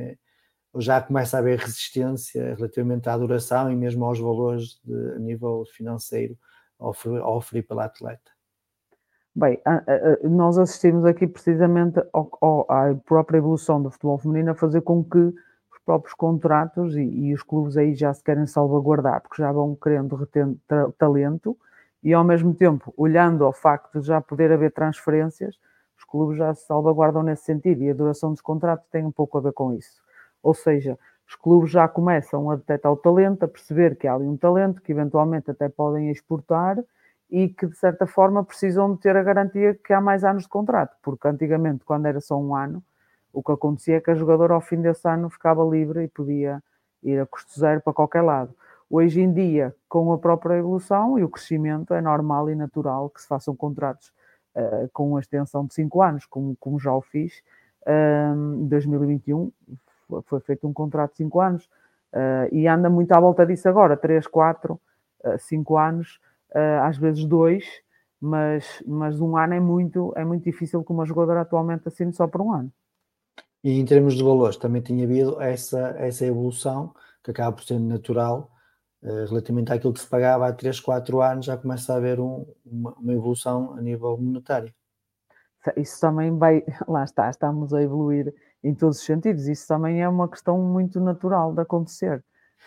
Speaker 3: já começa a haver resistência relativamente à duração e mesmo aos valores a nível financeiro a oferir pela atleta?
Speaker 4: Bem, nós assistimos aqui precisamente à própria evolução do futebol feminino a fazer com que os próprios contratos e os clubes aí já se querem salvaguardar, porque já vão querendo reter talento e ao mesmo tempo, olhando ao facto de já poder haver transferências, os clubes já se salvaguardam nesse sentido e a duração dos contratos tem um pouco a ver com isso. Ou seja, os clubes já começam a detectar o talento, a perceber que há ali um talento que eventualmente até podem exportar e que, de certa forma, precisam de ter a garantia que há mais anos de contrato, porque antigamente, quando era só 1 ano, o que acontecia é que a jogadora, ao fim desse ano, ficava livre e podia ir a custo zero para qualquer lado. Hoje em dia, com a própria evolução e o crescimento, é normal e natural que se façam contratos com uma extensão de 5 anos, como já o fiz. Em 2021 foi feito um contrato de 5 anos e anda muito à volta disso agora, 3, 4, 5 anos, às vezes 2, mas 1 ano é muito difícil que uma jogadora atualmente assine só por 1 ano.
Speaker 3: E em termos de valores, também tinha havido essa evolução, que acaba por ser natural, relativamente àquilo que se pagava há 3, 4 anos, já começa a haver uma evolução a nível monetário.
Speaker 4: Isso também vai, lá está, estamos a evoluir em todos os sentidos, isso também é uma questão muito natural de acontecer.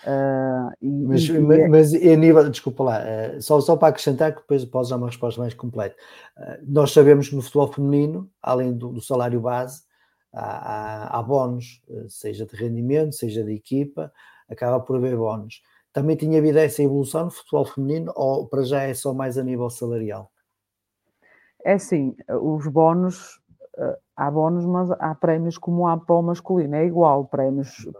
Speaker 3: Mas a nível, desculpa lá, só para acrescentar, que depois podes dar uma resposta mais completa. Nós sabemos que no futebol feminino, além do salário base, há bónus, seja de rendimento, seja de equipa, acaba por haver bónus. Também tinha havido essa evolução no futebol feminino, ou para já é só mais a nível salarial?
Speaker 4: É assim, os bónus, há bónus, mas há prémios como há para o masculino, é igual, prémios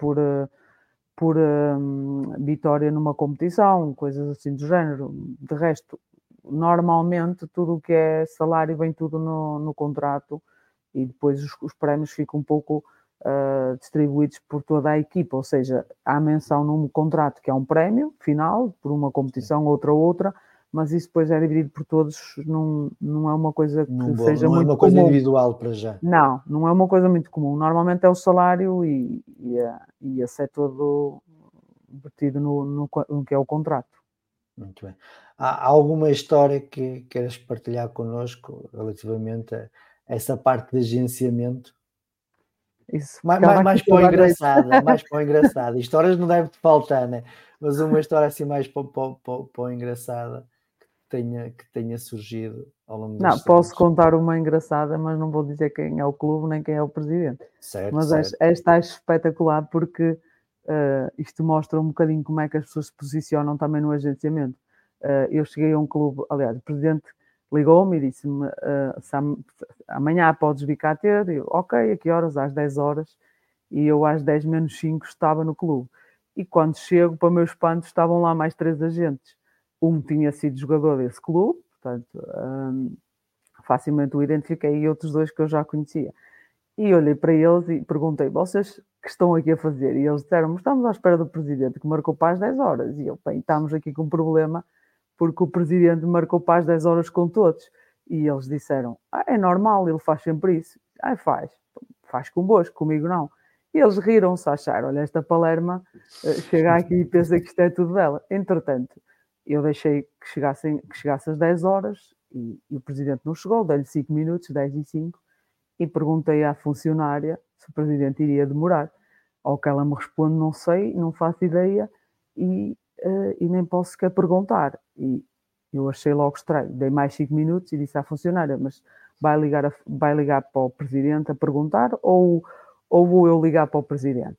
Speaker 4: por vitória numa competição, coisas assim do género. De resto, normalmente tudo o que é salário vem tudo no contrato e depois os prémios ficam um pouco distribuídos por toda a equipa, ou seja, há menção num contrato que é um prémio final, por uma competição, outra, mas isso depois é dividido por todos, não é uma coisa que seja muito comum. Não é uma
Speaker 3: coisa individual para já.
Speaker 4: Não é uma coisa muito comum. Normalmente é o salário e esse é todo vertido no que é o contrato.
Speaker 3: Muito bem. Há alguma história que queiras partilhar connosco relativamente a essa parte de agenciamento?
Speaker 4: Isso,
Speaker 3: mais para o engraçado. Histórias não deve-te faltar, né? Mas uma história assim mais para o engraçada que tenha surgido ao longo dos anos.
Speaker 4: Não, posso contar uma engraçada, mas não vou dizer quem é o clube nem quem é o presidente.
Speaker 3: Certo,
Speaker 4: mas
Speaker 3: certo.
Speaker 4: Esta é espetacular porque isto mostra um bocadinho como é que as pessoas se posicionam também no agenciamento. Eu cheguei a um clube, aliás, o presidente ligou-me e disse-me amanhã podes vir cá ter. Eu, ok, a que horas? Às 10 horas. E eu às 10 menos 5 estava no clube. E quando chego, para o meu espanto, estavam lá mais 3 agentes. Um tinha sido jogador desse clube, portanto, facilmente o identifiquei, e outros 2 que eu já conhecia. E olhei para eles e perguntei, vocês que estão aqui a fazer? E eles disseram, estamos à espera do presidente, que marcou para as 10 horas. E eu, bem, estamos aqui com um problema, porque o presidente marcou para as 10 horas com todos. E eles disseram, é normal, ele faz sempre isso. Faz convosco, comigo não. E eles riram-se a achar, olha, esta Palerma chega aqui e pensa que isto é tudo dela. Entretanto, eu deixei que chegasse às 10 horas e o presidente não chegou, dei-lhe 5 minutos, 10 e 5, e perguntei à funcionária se o presidente iria demorar. Ao que ela me responde, não sei, não faço ideia e nem posso sequer perguntar. E eu achei logo estranho. Dei mais 5 minutos e disse à funcionária, mas vai ligar para o presidente a perguntar ou vou eu ligar para o presidente?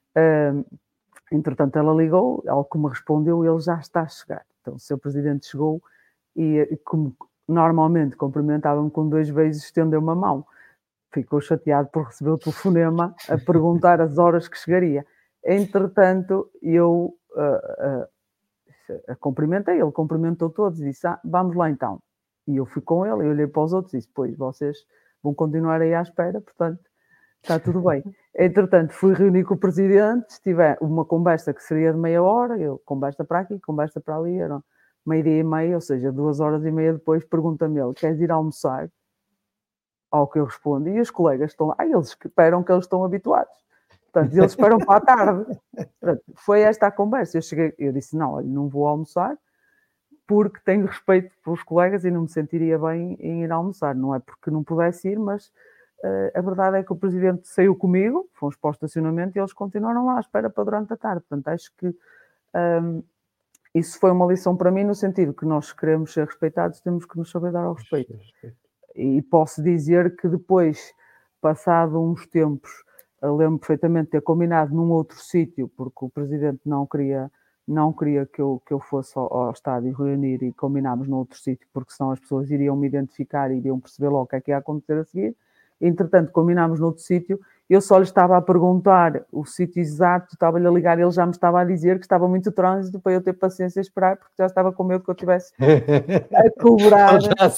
Speaker 4: Entretanto, ela ligou, ao que me respondeu, ele já está a chegar. Então, o seu presidente chegou e, como normalmente cumprimentavam com 2 beijos, estendeu-me a mão. Ficou chateado por receber o telefonema a perguntar as horas que chegaria. Entretanto, eu cumprimentei, ele cumprimentou todos e disse, vamos lá então. E eu fui com ele, e olhei para os outros e disse, pois, vocês vão continuar aí à espera, portanto, está tudo bem. Entretanto, fui reunir com o presidente, tive uma conversa que seria de meia hora, eu conversa para aqui, conversa para ali, era 12h30, ou seja, 2h30 depois, pergunta-me ele, queres ir almoçar? Ao que eu respondo, e os colegas estão lá, eles esperam que eles estão habituados. Portanto, eles esperam para a tarde. Portanto, foi esta a conversa. Eu disse, não, olha, não vou almoçar, porque tenho respeito pelos colegas e não me sentiria bem em ir almoçar. Não é porque não pudesse ir, mas a verdade é que o presidente saiu comigo, fomos para o estacionamento e eles continuaram lá à espera para durante a tarde. Portanto, acho que isso foi uma lição para mim, no sentido que nós queremos ser respeitados, temos que nos saber dar ao respeito. E posso dizer que depois, passado uns tempos, lembro perfeitamente de ter combinado num outro sítio, porque o presidente não queria que eu fosse ao estádio reunir, e combinámos num outro sítio, porque senão as pessoas iriam me identificar e iriam perceber logo o que é que ia acontecer a seguir. Entretanto, combinámos noutro sítio, eu só lhe estava a perguntar o sítio exato, estava-lhe a ligar, ele já me estava a dizer que estava muito trânsito para eu ter paciência a esperar, porque já estava com medo que eu tivesse a cobrar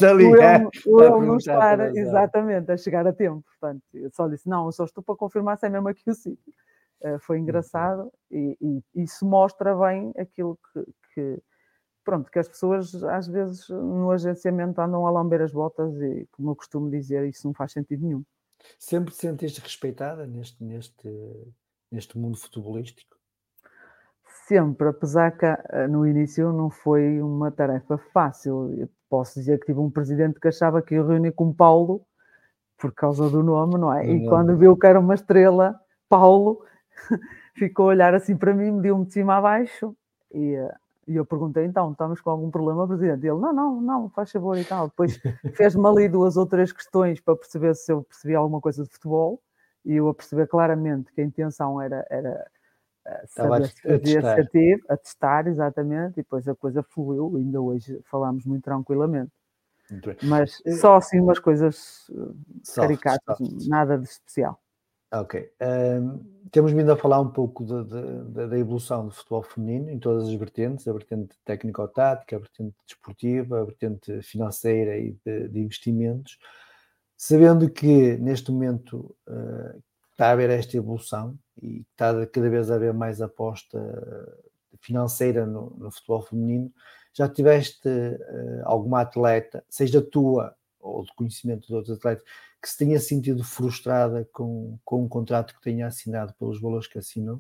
Speaker 4: eu não estar exatamente a chegar a tempo. Portanto, eu só disse, não, eu só estou para confirmar se é mesmo aqui o sítio. Foi engraçado e isso mostra bem aquilo que as pessoas às vezes no agenciamento andam a lamber as botas e, como eu costumo dizer, isso não faz sentido nenhum.
Speaker 3: Sempre te sentiste respeitada neste mundo futebolístico?
Speaker 4: Sempre, apesar que no início não foi uma tarefa fácil. Eu posso dizer que tive um presidente que achava que eu reuni com Paulo por causa do nome, não é? E quando viu que era uma estrela, Paulo, ficou a olhar assim para mim, mediu-me de cima a baixo e eu perguntei, então, estamos com algum problema, presidente? Ele, não, faz favor e tal. Depois fez-me ali 2 ou 3 questões para perceber se eu percebia alguma coisa de futebol, e eu a perceber claramente que a intenção era saber se fazia sentido, a testar, exatamente, e depois a coisa fluiu, ainda hoje falámos muito tranquilamente. Mas só assim umas coisas caricatas, nada de especial.
Speaker 3: Ok. Temos vindo a falar um pouco da evolução do futebol feminino em todas as vertentes, a vertente técnico-tática, a vertente desportiva, a vertente financeira e de investimentos, sabendo que neste momento está a haver esta evolução e está cada vez a haver mais aposta financeira no futebol feminino. Já tiveste alguma atleta, seja tua ou de conhecimento de outros atletas, que se tenha sentido frustrada com um contrato que tenha assinado pelos valores que assinou?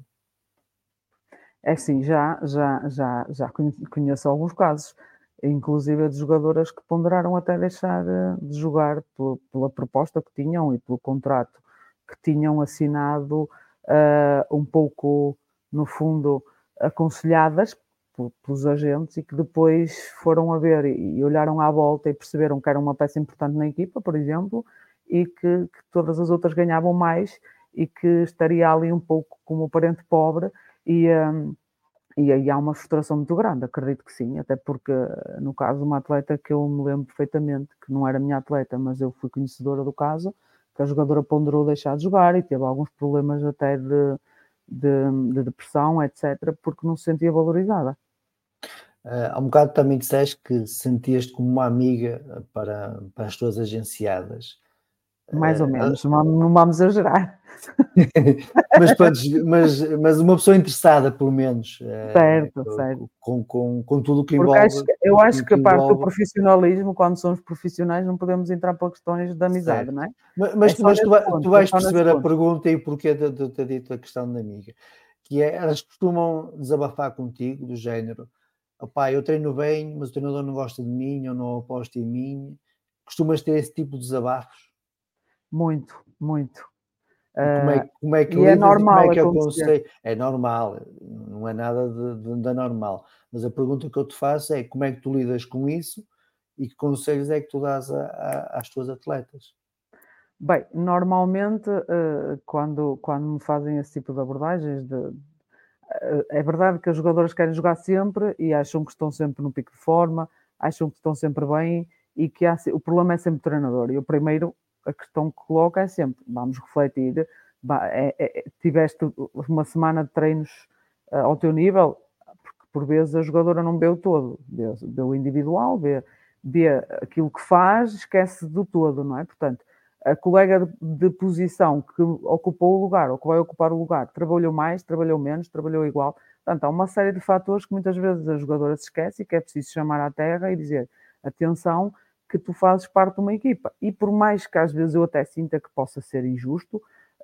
Speaker 4: É assim, já conheço alguns casos, inclusive de jogadoras que ponderaram até deixar de jogar pela proposta que tinham e pelo contrato que tinham assinado, um pouco, no fundo, aconselhadas pelos agentes, e que depois foram a ver e olharam à volta e perceberam que era uma peça importante na equipa, por exemplo, e que todas as outras ganhavam mais e que estaria ali um pouco como o parente pobre, e aí há uma frustração muito grande, acredito que sim, até porque no caso de uma atleta que eu me lembro perfeitamente, que não era minha atleta, mas eu fui conhecedora do caso, que a jogadora ponderou deixar de jogar e teve alguns problemas até de depressão, etc., porque não se sentia valorizada.
Speaker 3: Há um bocado também disseste que sentias-te como uma amiga para as tuas agenciadas.
Speaker 4: Mais ou menos, não vamos exagerar.
Speaker 3: mas uma pessoa interessada, pelo menos,
Speaker 4: Certo.
Speaker 3: com tudo o que
Speaker 4: Porque
Speaker 3: envolve.
Speaker 4: eu acho que a parte do profissionalismo, quando somos profissionais, não podemos entrar para questões de amizade, não é?
Speaker 3: Mas tu vais perceber a pergunta e o porquê de ter dito a questão da amiga, que é, elas costumam desabafar contigo, do género, opá, eu treino bem, mas o treinador não gosta de mim, ou não aposta em mim. Costumas ter esse tipo de desabafos?
Speaker 4: Muito.
Speaker 3: Como é que
Speaker 4: E é
Speaker 3: lidas e como é
Speaker 4: normal
Speaker 3: que
Speaker 4: acontecer.
Speaker 3: aconselho? É normal, não é nada de anormal. Mas a pergunta que eu te faço é como é que tu lidas com isso e que conselhos é que tu dás às tuas atletas?
Speaker 4: Bem, normalmente, quando me fazem esse tipo de abordagens, é verdade que as jogadoras querem jogar sempre e acham que estão sempre no pico de forma, acham que estão sempre bem e que o problema é sempre o treinador. E o primeiro, a questão que coloca é sempre, vamos refletir, tiveste uma semana de treinos ao teu nível, porque por vezes a jogadora não vê o todo, vê o individual, vê aquilo que faz, esquece do todo, não é? Portanto, a colega de posição que ocupou o lugar ou que vai ocupar o lugar trabalhou mais, trabalhou menos, trabalhou igual. Portanto, há uma série de fatores que muitas vezes a jogadora se esquece e que é preciso chamar à terra e dizer: atenção, que tu fazes parte de uma equipa. E por mais que às vezes eu até sinta que possa ser injusto,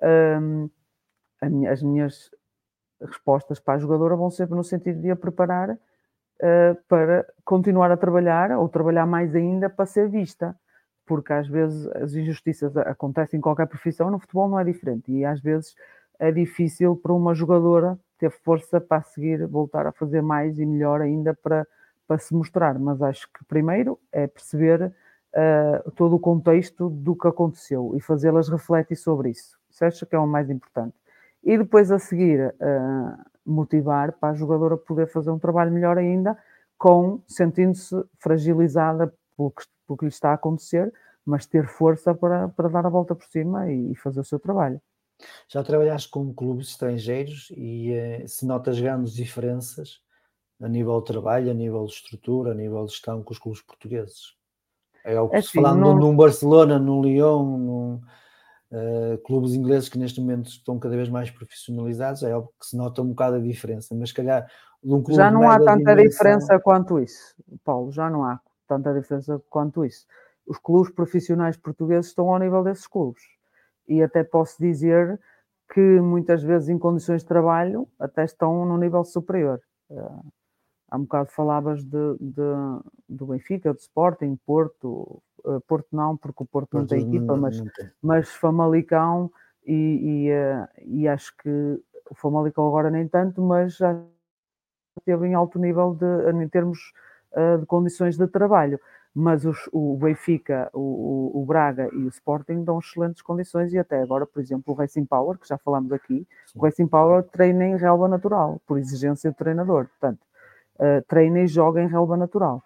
Speaker 4: as minhas respostas para a jogadora vão sempre no sentido de a preparar para continuar a trabalhar ou trabalhar mais ainda para ser vista, porque às vezes as injustiças acontecem em qualquer profissão, no futebol não é diferente, e às vezes é difícil para uma jogadora ter força para seguir, voltar a fazer mais e melhor ainda para se mostrar, mas acho que primeiro é perceber todo o contexto do que aconteceu e fazê-las refletir sobre isso. Isso acho que é o mais importante. E depois a seguir motivar para a jogadora poder fazer um trabalho melhor ainda, sentindo-se fragilizada pelo que lhe está a acontecer, mas ter força para dar a volta por cima e fazer o seu trabalho.
Speaker 3: Já trabalhaste com clubes estrangeiros e se notas grandes diferenças a nível de trabalho, a nível de estrutura, a nível de gestão com os clubes portugueses? Falando num Barcelona, num Lyon, clubes ingleses que neste momento estão cada vez mais profissionalizados, é óbvio que se nota um bocado a diferença, mas se calhar de um clube
Speaker 4: já não há tanta
Speaker 3: dimensão...
Speaker 4: diferença quanto isso, Paulo, já não há tanta diferença quanto isso. Os clubes profissionais portugueses estão ao nível desses clubes e até posso dizer que muitas vezes em condições de trabalho até estão no nível superior. Há um bocado falavas do Benfica, do Sporting, Porto não, porque o Porto não tem equipa, mas Famalicão e acho que o Famalicão agora nem tanto, mas já esteve em alto nível em termos de condições de trabalho. Mas o Benfica, o Braga e o Sporting dão excelentes condições e até agora, por exemplo, o Racing Power, que já falámos aqui, o Racing Power treina em relva natural, por exigência do treinador. Portanto, treina e joga em relva natural.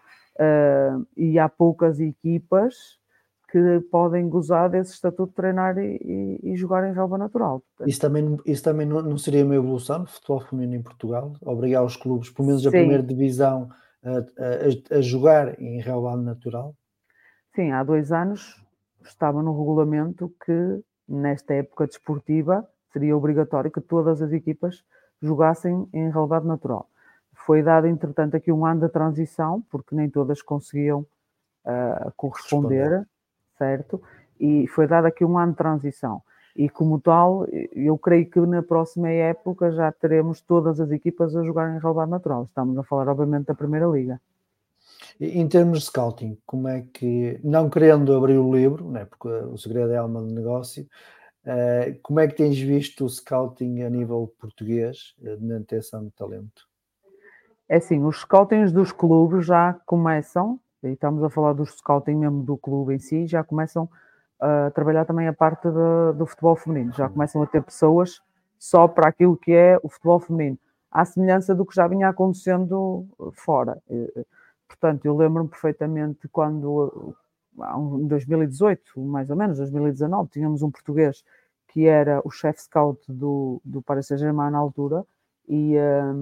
Speaker 4: E há poucas equipas que podem gozar desse estatuto de treinar e jogar em relva natural.
Speaker 3: Portanto, isso também não seria uma evolução no futebol feminino em Portugal? Obrigar os clubes, pelo menos a primeira divisão, a jogar em relva natural?
Speaker 4: Sim, há 2 anos estava no regulamento que nesta época desportiva seria obrigatório que todas as equipas jogassem em relvado natural. Foi dado, entretanto, aqui um ano de transição, porque nem todas conseguiam corresponder, certo? E foi dado aqui um ano de transição. E como tal, eu creio que na próxima época já teremos todas as equipas a jogar em relvado natural. Estamos a falar, obviamente, da Primeira Liga.
Speaker 3: Em termos de scouting, como é que, não querendo abrir o livro, né, porque o segredo é a alma do negócio, como é que tens visto o scouting a nível português na detecção de talento?
Speaker 4: É assim, os scoutings dos clubes já começam, e estamos a falar dos scouting mesmo do clube em si, já começam a trabalhar também a parte do futebol feminino, já começam a ter pessoas só para aquilo que é o futebol feminino, à semelhança do que já vinha acontecendo fora. Portanto, eu lembro-me perfeitamente quando, em 2018, mais ou menos, 2019, tínhamos um português que era o chefe scout do Paris Saint-Germain na altura, e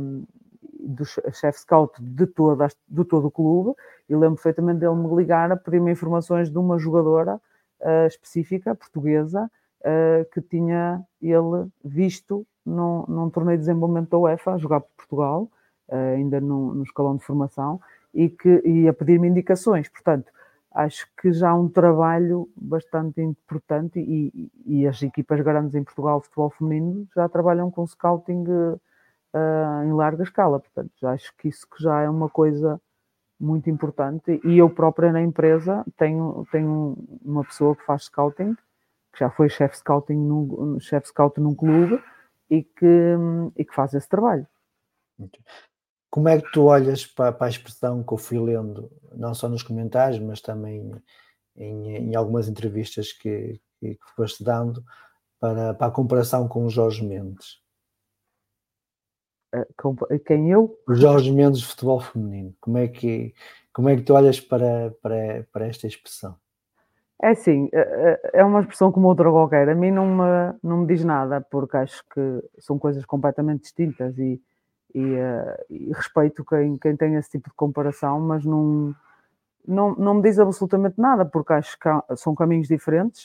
Speaker 4: do chefe scout de todo o clube, e lembro perfeitamente dele me ligar a pedir-me informações de uma jogadora específica, portuguesa, que tinha ele visto num torneio de desenvolvimento da UEFA, a jogar por Portugal, ainda no escalão de formação, e a pedir-me indicações. Portanto, acho que já há um trabalho bastante importante e as equipas grandes em Portugal de futebol feminino já trabalham com scouting em larga escala. Portanto, já acho que isso que já é uma coisa muito importante. E eu própria na empresa tenho uma pessoa que faz scouting, que já foi chefe scout num clube e que faz esse trabalho.
Speaker 3: Como é que tu olhas para a expressão que eu fui lendo, não só nos comentários, mas também em algumas entrevistas que foste dando, para a comparação com o Jorge Mendes?
Speaker 4: Quem eu?
Speaker 3: O Jorge Mendes de futebol feminino. Como é que tu olhas para esta expressão?
Speaker 4: É assim, é uma expressão como outra qualquer. A mim não me diz nada, porque acho que são coisas completamente distintas e respeito quem tem esse tipo de comparação, mas não me diz absolutamente nada, porque acho que são caminhos diferentes.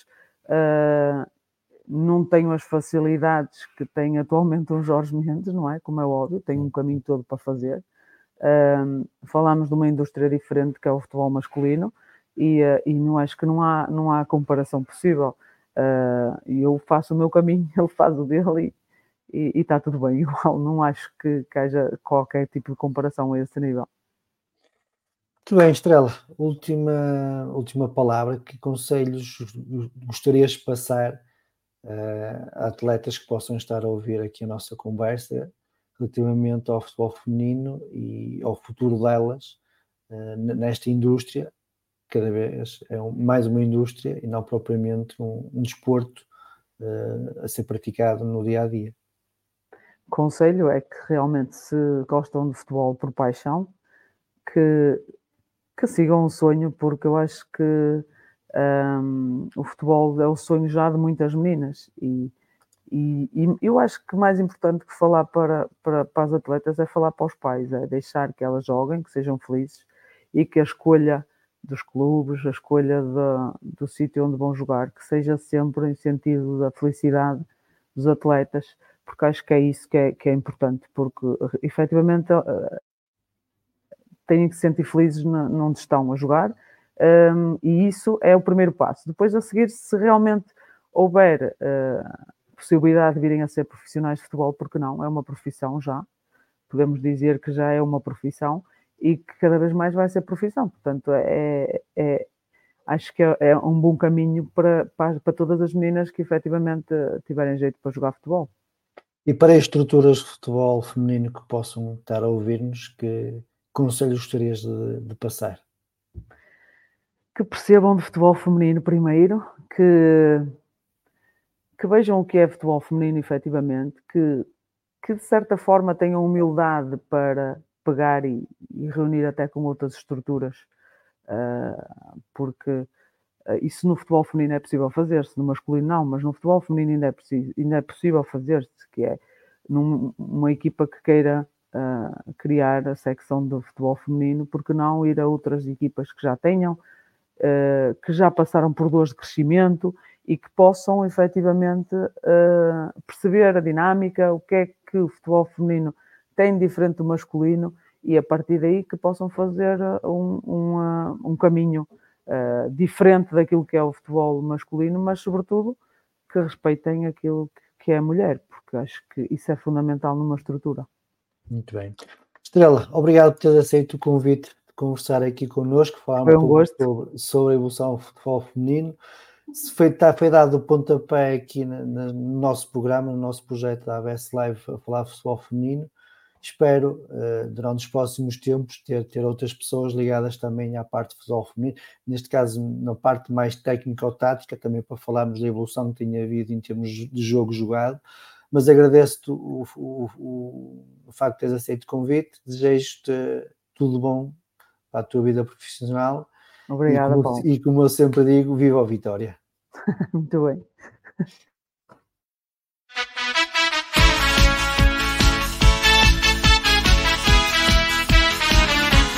Speaker 4: Não tenho as facilidades que tem atualmente um Jorge Mendes, não é? Como é óbvio, tenho um caminho todo para fazer. Falamos de uma indústria diferente que é o futebol masculino e não acho que não há comparação possível. E eu faço o meu caminho, ele faz o dele e está tudo bem igual. Não acho que haja qualquer tipo de comparação a esse nível.
Speaker 3: Muito bem, Estrela. Última palavra. Que conselhos gostarias de passar a atletas que possam estar a ouvir aqui a nossa conversa relativamente ao futebol feminino e ao futuro delas nesta indústria? Cada vez é mais uma indústria e não propriamente um desporto a ser praticado no dia a dia.
Speaker 4: O conselho é que realmente, se gostam de futebol por paixão, que sigam o sonho, porque eu acho que o futebol é o sonho já de muitas meninas e eu acho que mais importante que falar para as atletas é falar para os pais, é deixar que elas joguem, que sejam felizes e que a escolha dos clubes, a escolha do sítio onde vão jogar, que seja sempre em sentido da felicidade dos atletas, porque acho que é isso que é importante, porque efetivamente têm que se sentir felizes onde estão a jogar, e isso é o primeiro passo. Depois, a seguir, se realmente houver possibilidade de virem a ser profissionais de futebol, porque não? É uma profissão já, podemos dizer que já é uma profissão e que cada vez mais vai ser profissão. Portanto, acho que é um bom caminho para todas as meninas que efetivamente tiverem jeito para jogar futebol.
Speaker 3: E para as estruturas de futebol feminino que possam estar a ouvir-nos, que conselhos gostarias de passar?
Speaker 4: Que percebam de futebol feminino primeiro, que vejam o que é futebol feminino efetivamente, que de certa forma tenham humildade para pegar e reunir até com outras estruturas, porque isso no futebol feminino é possível fazer-se, no masculino não, mas no futebol feminino ainda é possível fazer-se, que é numa equipa que queira criar a secção do futebol feminino, porque não ir a outras equipas que já tenham, que já passaram por dores de crescimento e que possam efetivamente perceber a dinâmica, o que é que o futebol feminino tem de diferente do masculino e a partir daí que possam fazer um caminho diferente daquilo que é o futebol masculino, mas sobretudo que respeitem aquilo que é a mulher, porque acho que isso é fundamental numa estrutura.
Speaker 3: Muito bem. Estrela, obrigado por teres aceito o convite de conversar aqui connosco, falar um pouco sobre a evolução do futebol feminino. Foi dado o pontapé aqui no nosso programa, no nosso projeto da ABS Live, a falar de futebol feminino. Espero, durante os próximos tempos, ter outras pessoas ligadas também à parte de futebol feminino, neste caso na parte mais técnica ou tática, também para falarmos da evolução que tem havido em termos de jogo jogado. Mas agradeço-te o facto de teres aceito o convite, desejo-te tudo bom para a tua vida profissional.
Speaker 4: Obrigada, Paulo.
Speaker 3: E como eu sempre digo, viva a Vitória!
Speaker 4: Muito bem.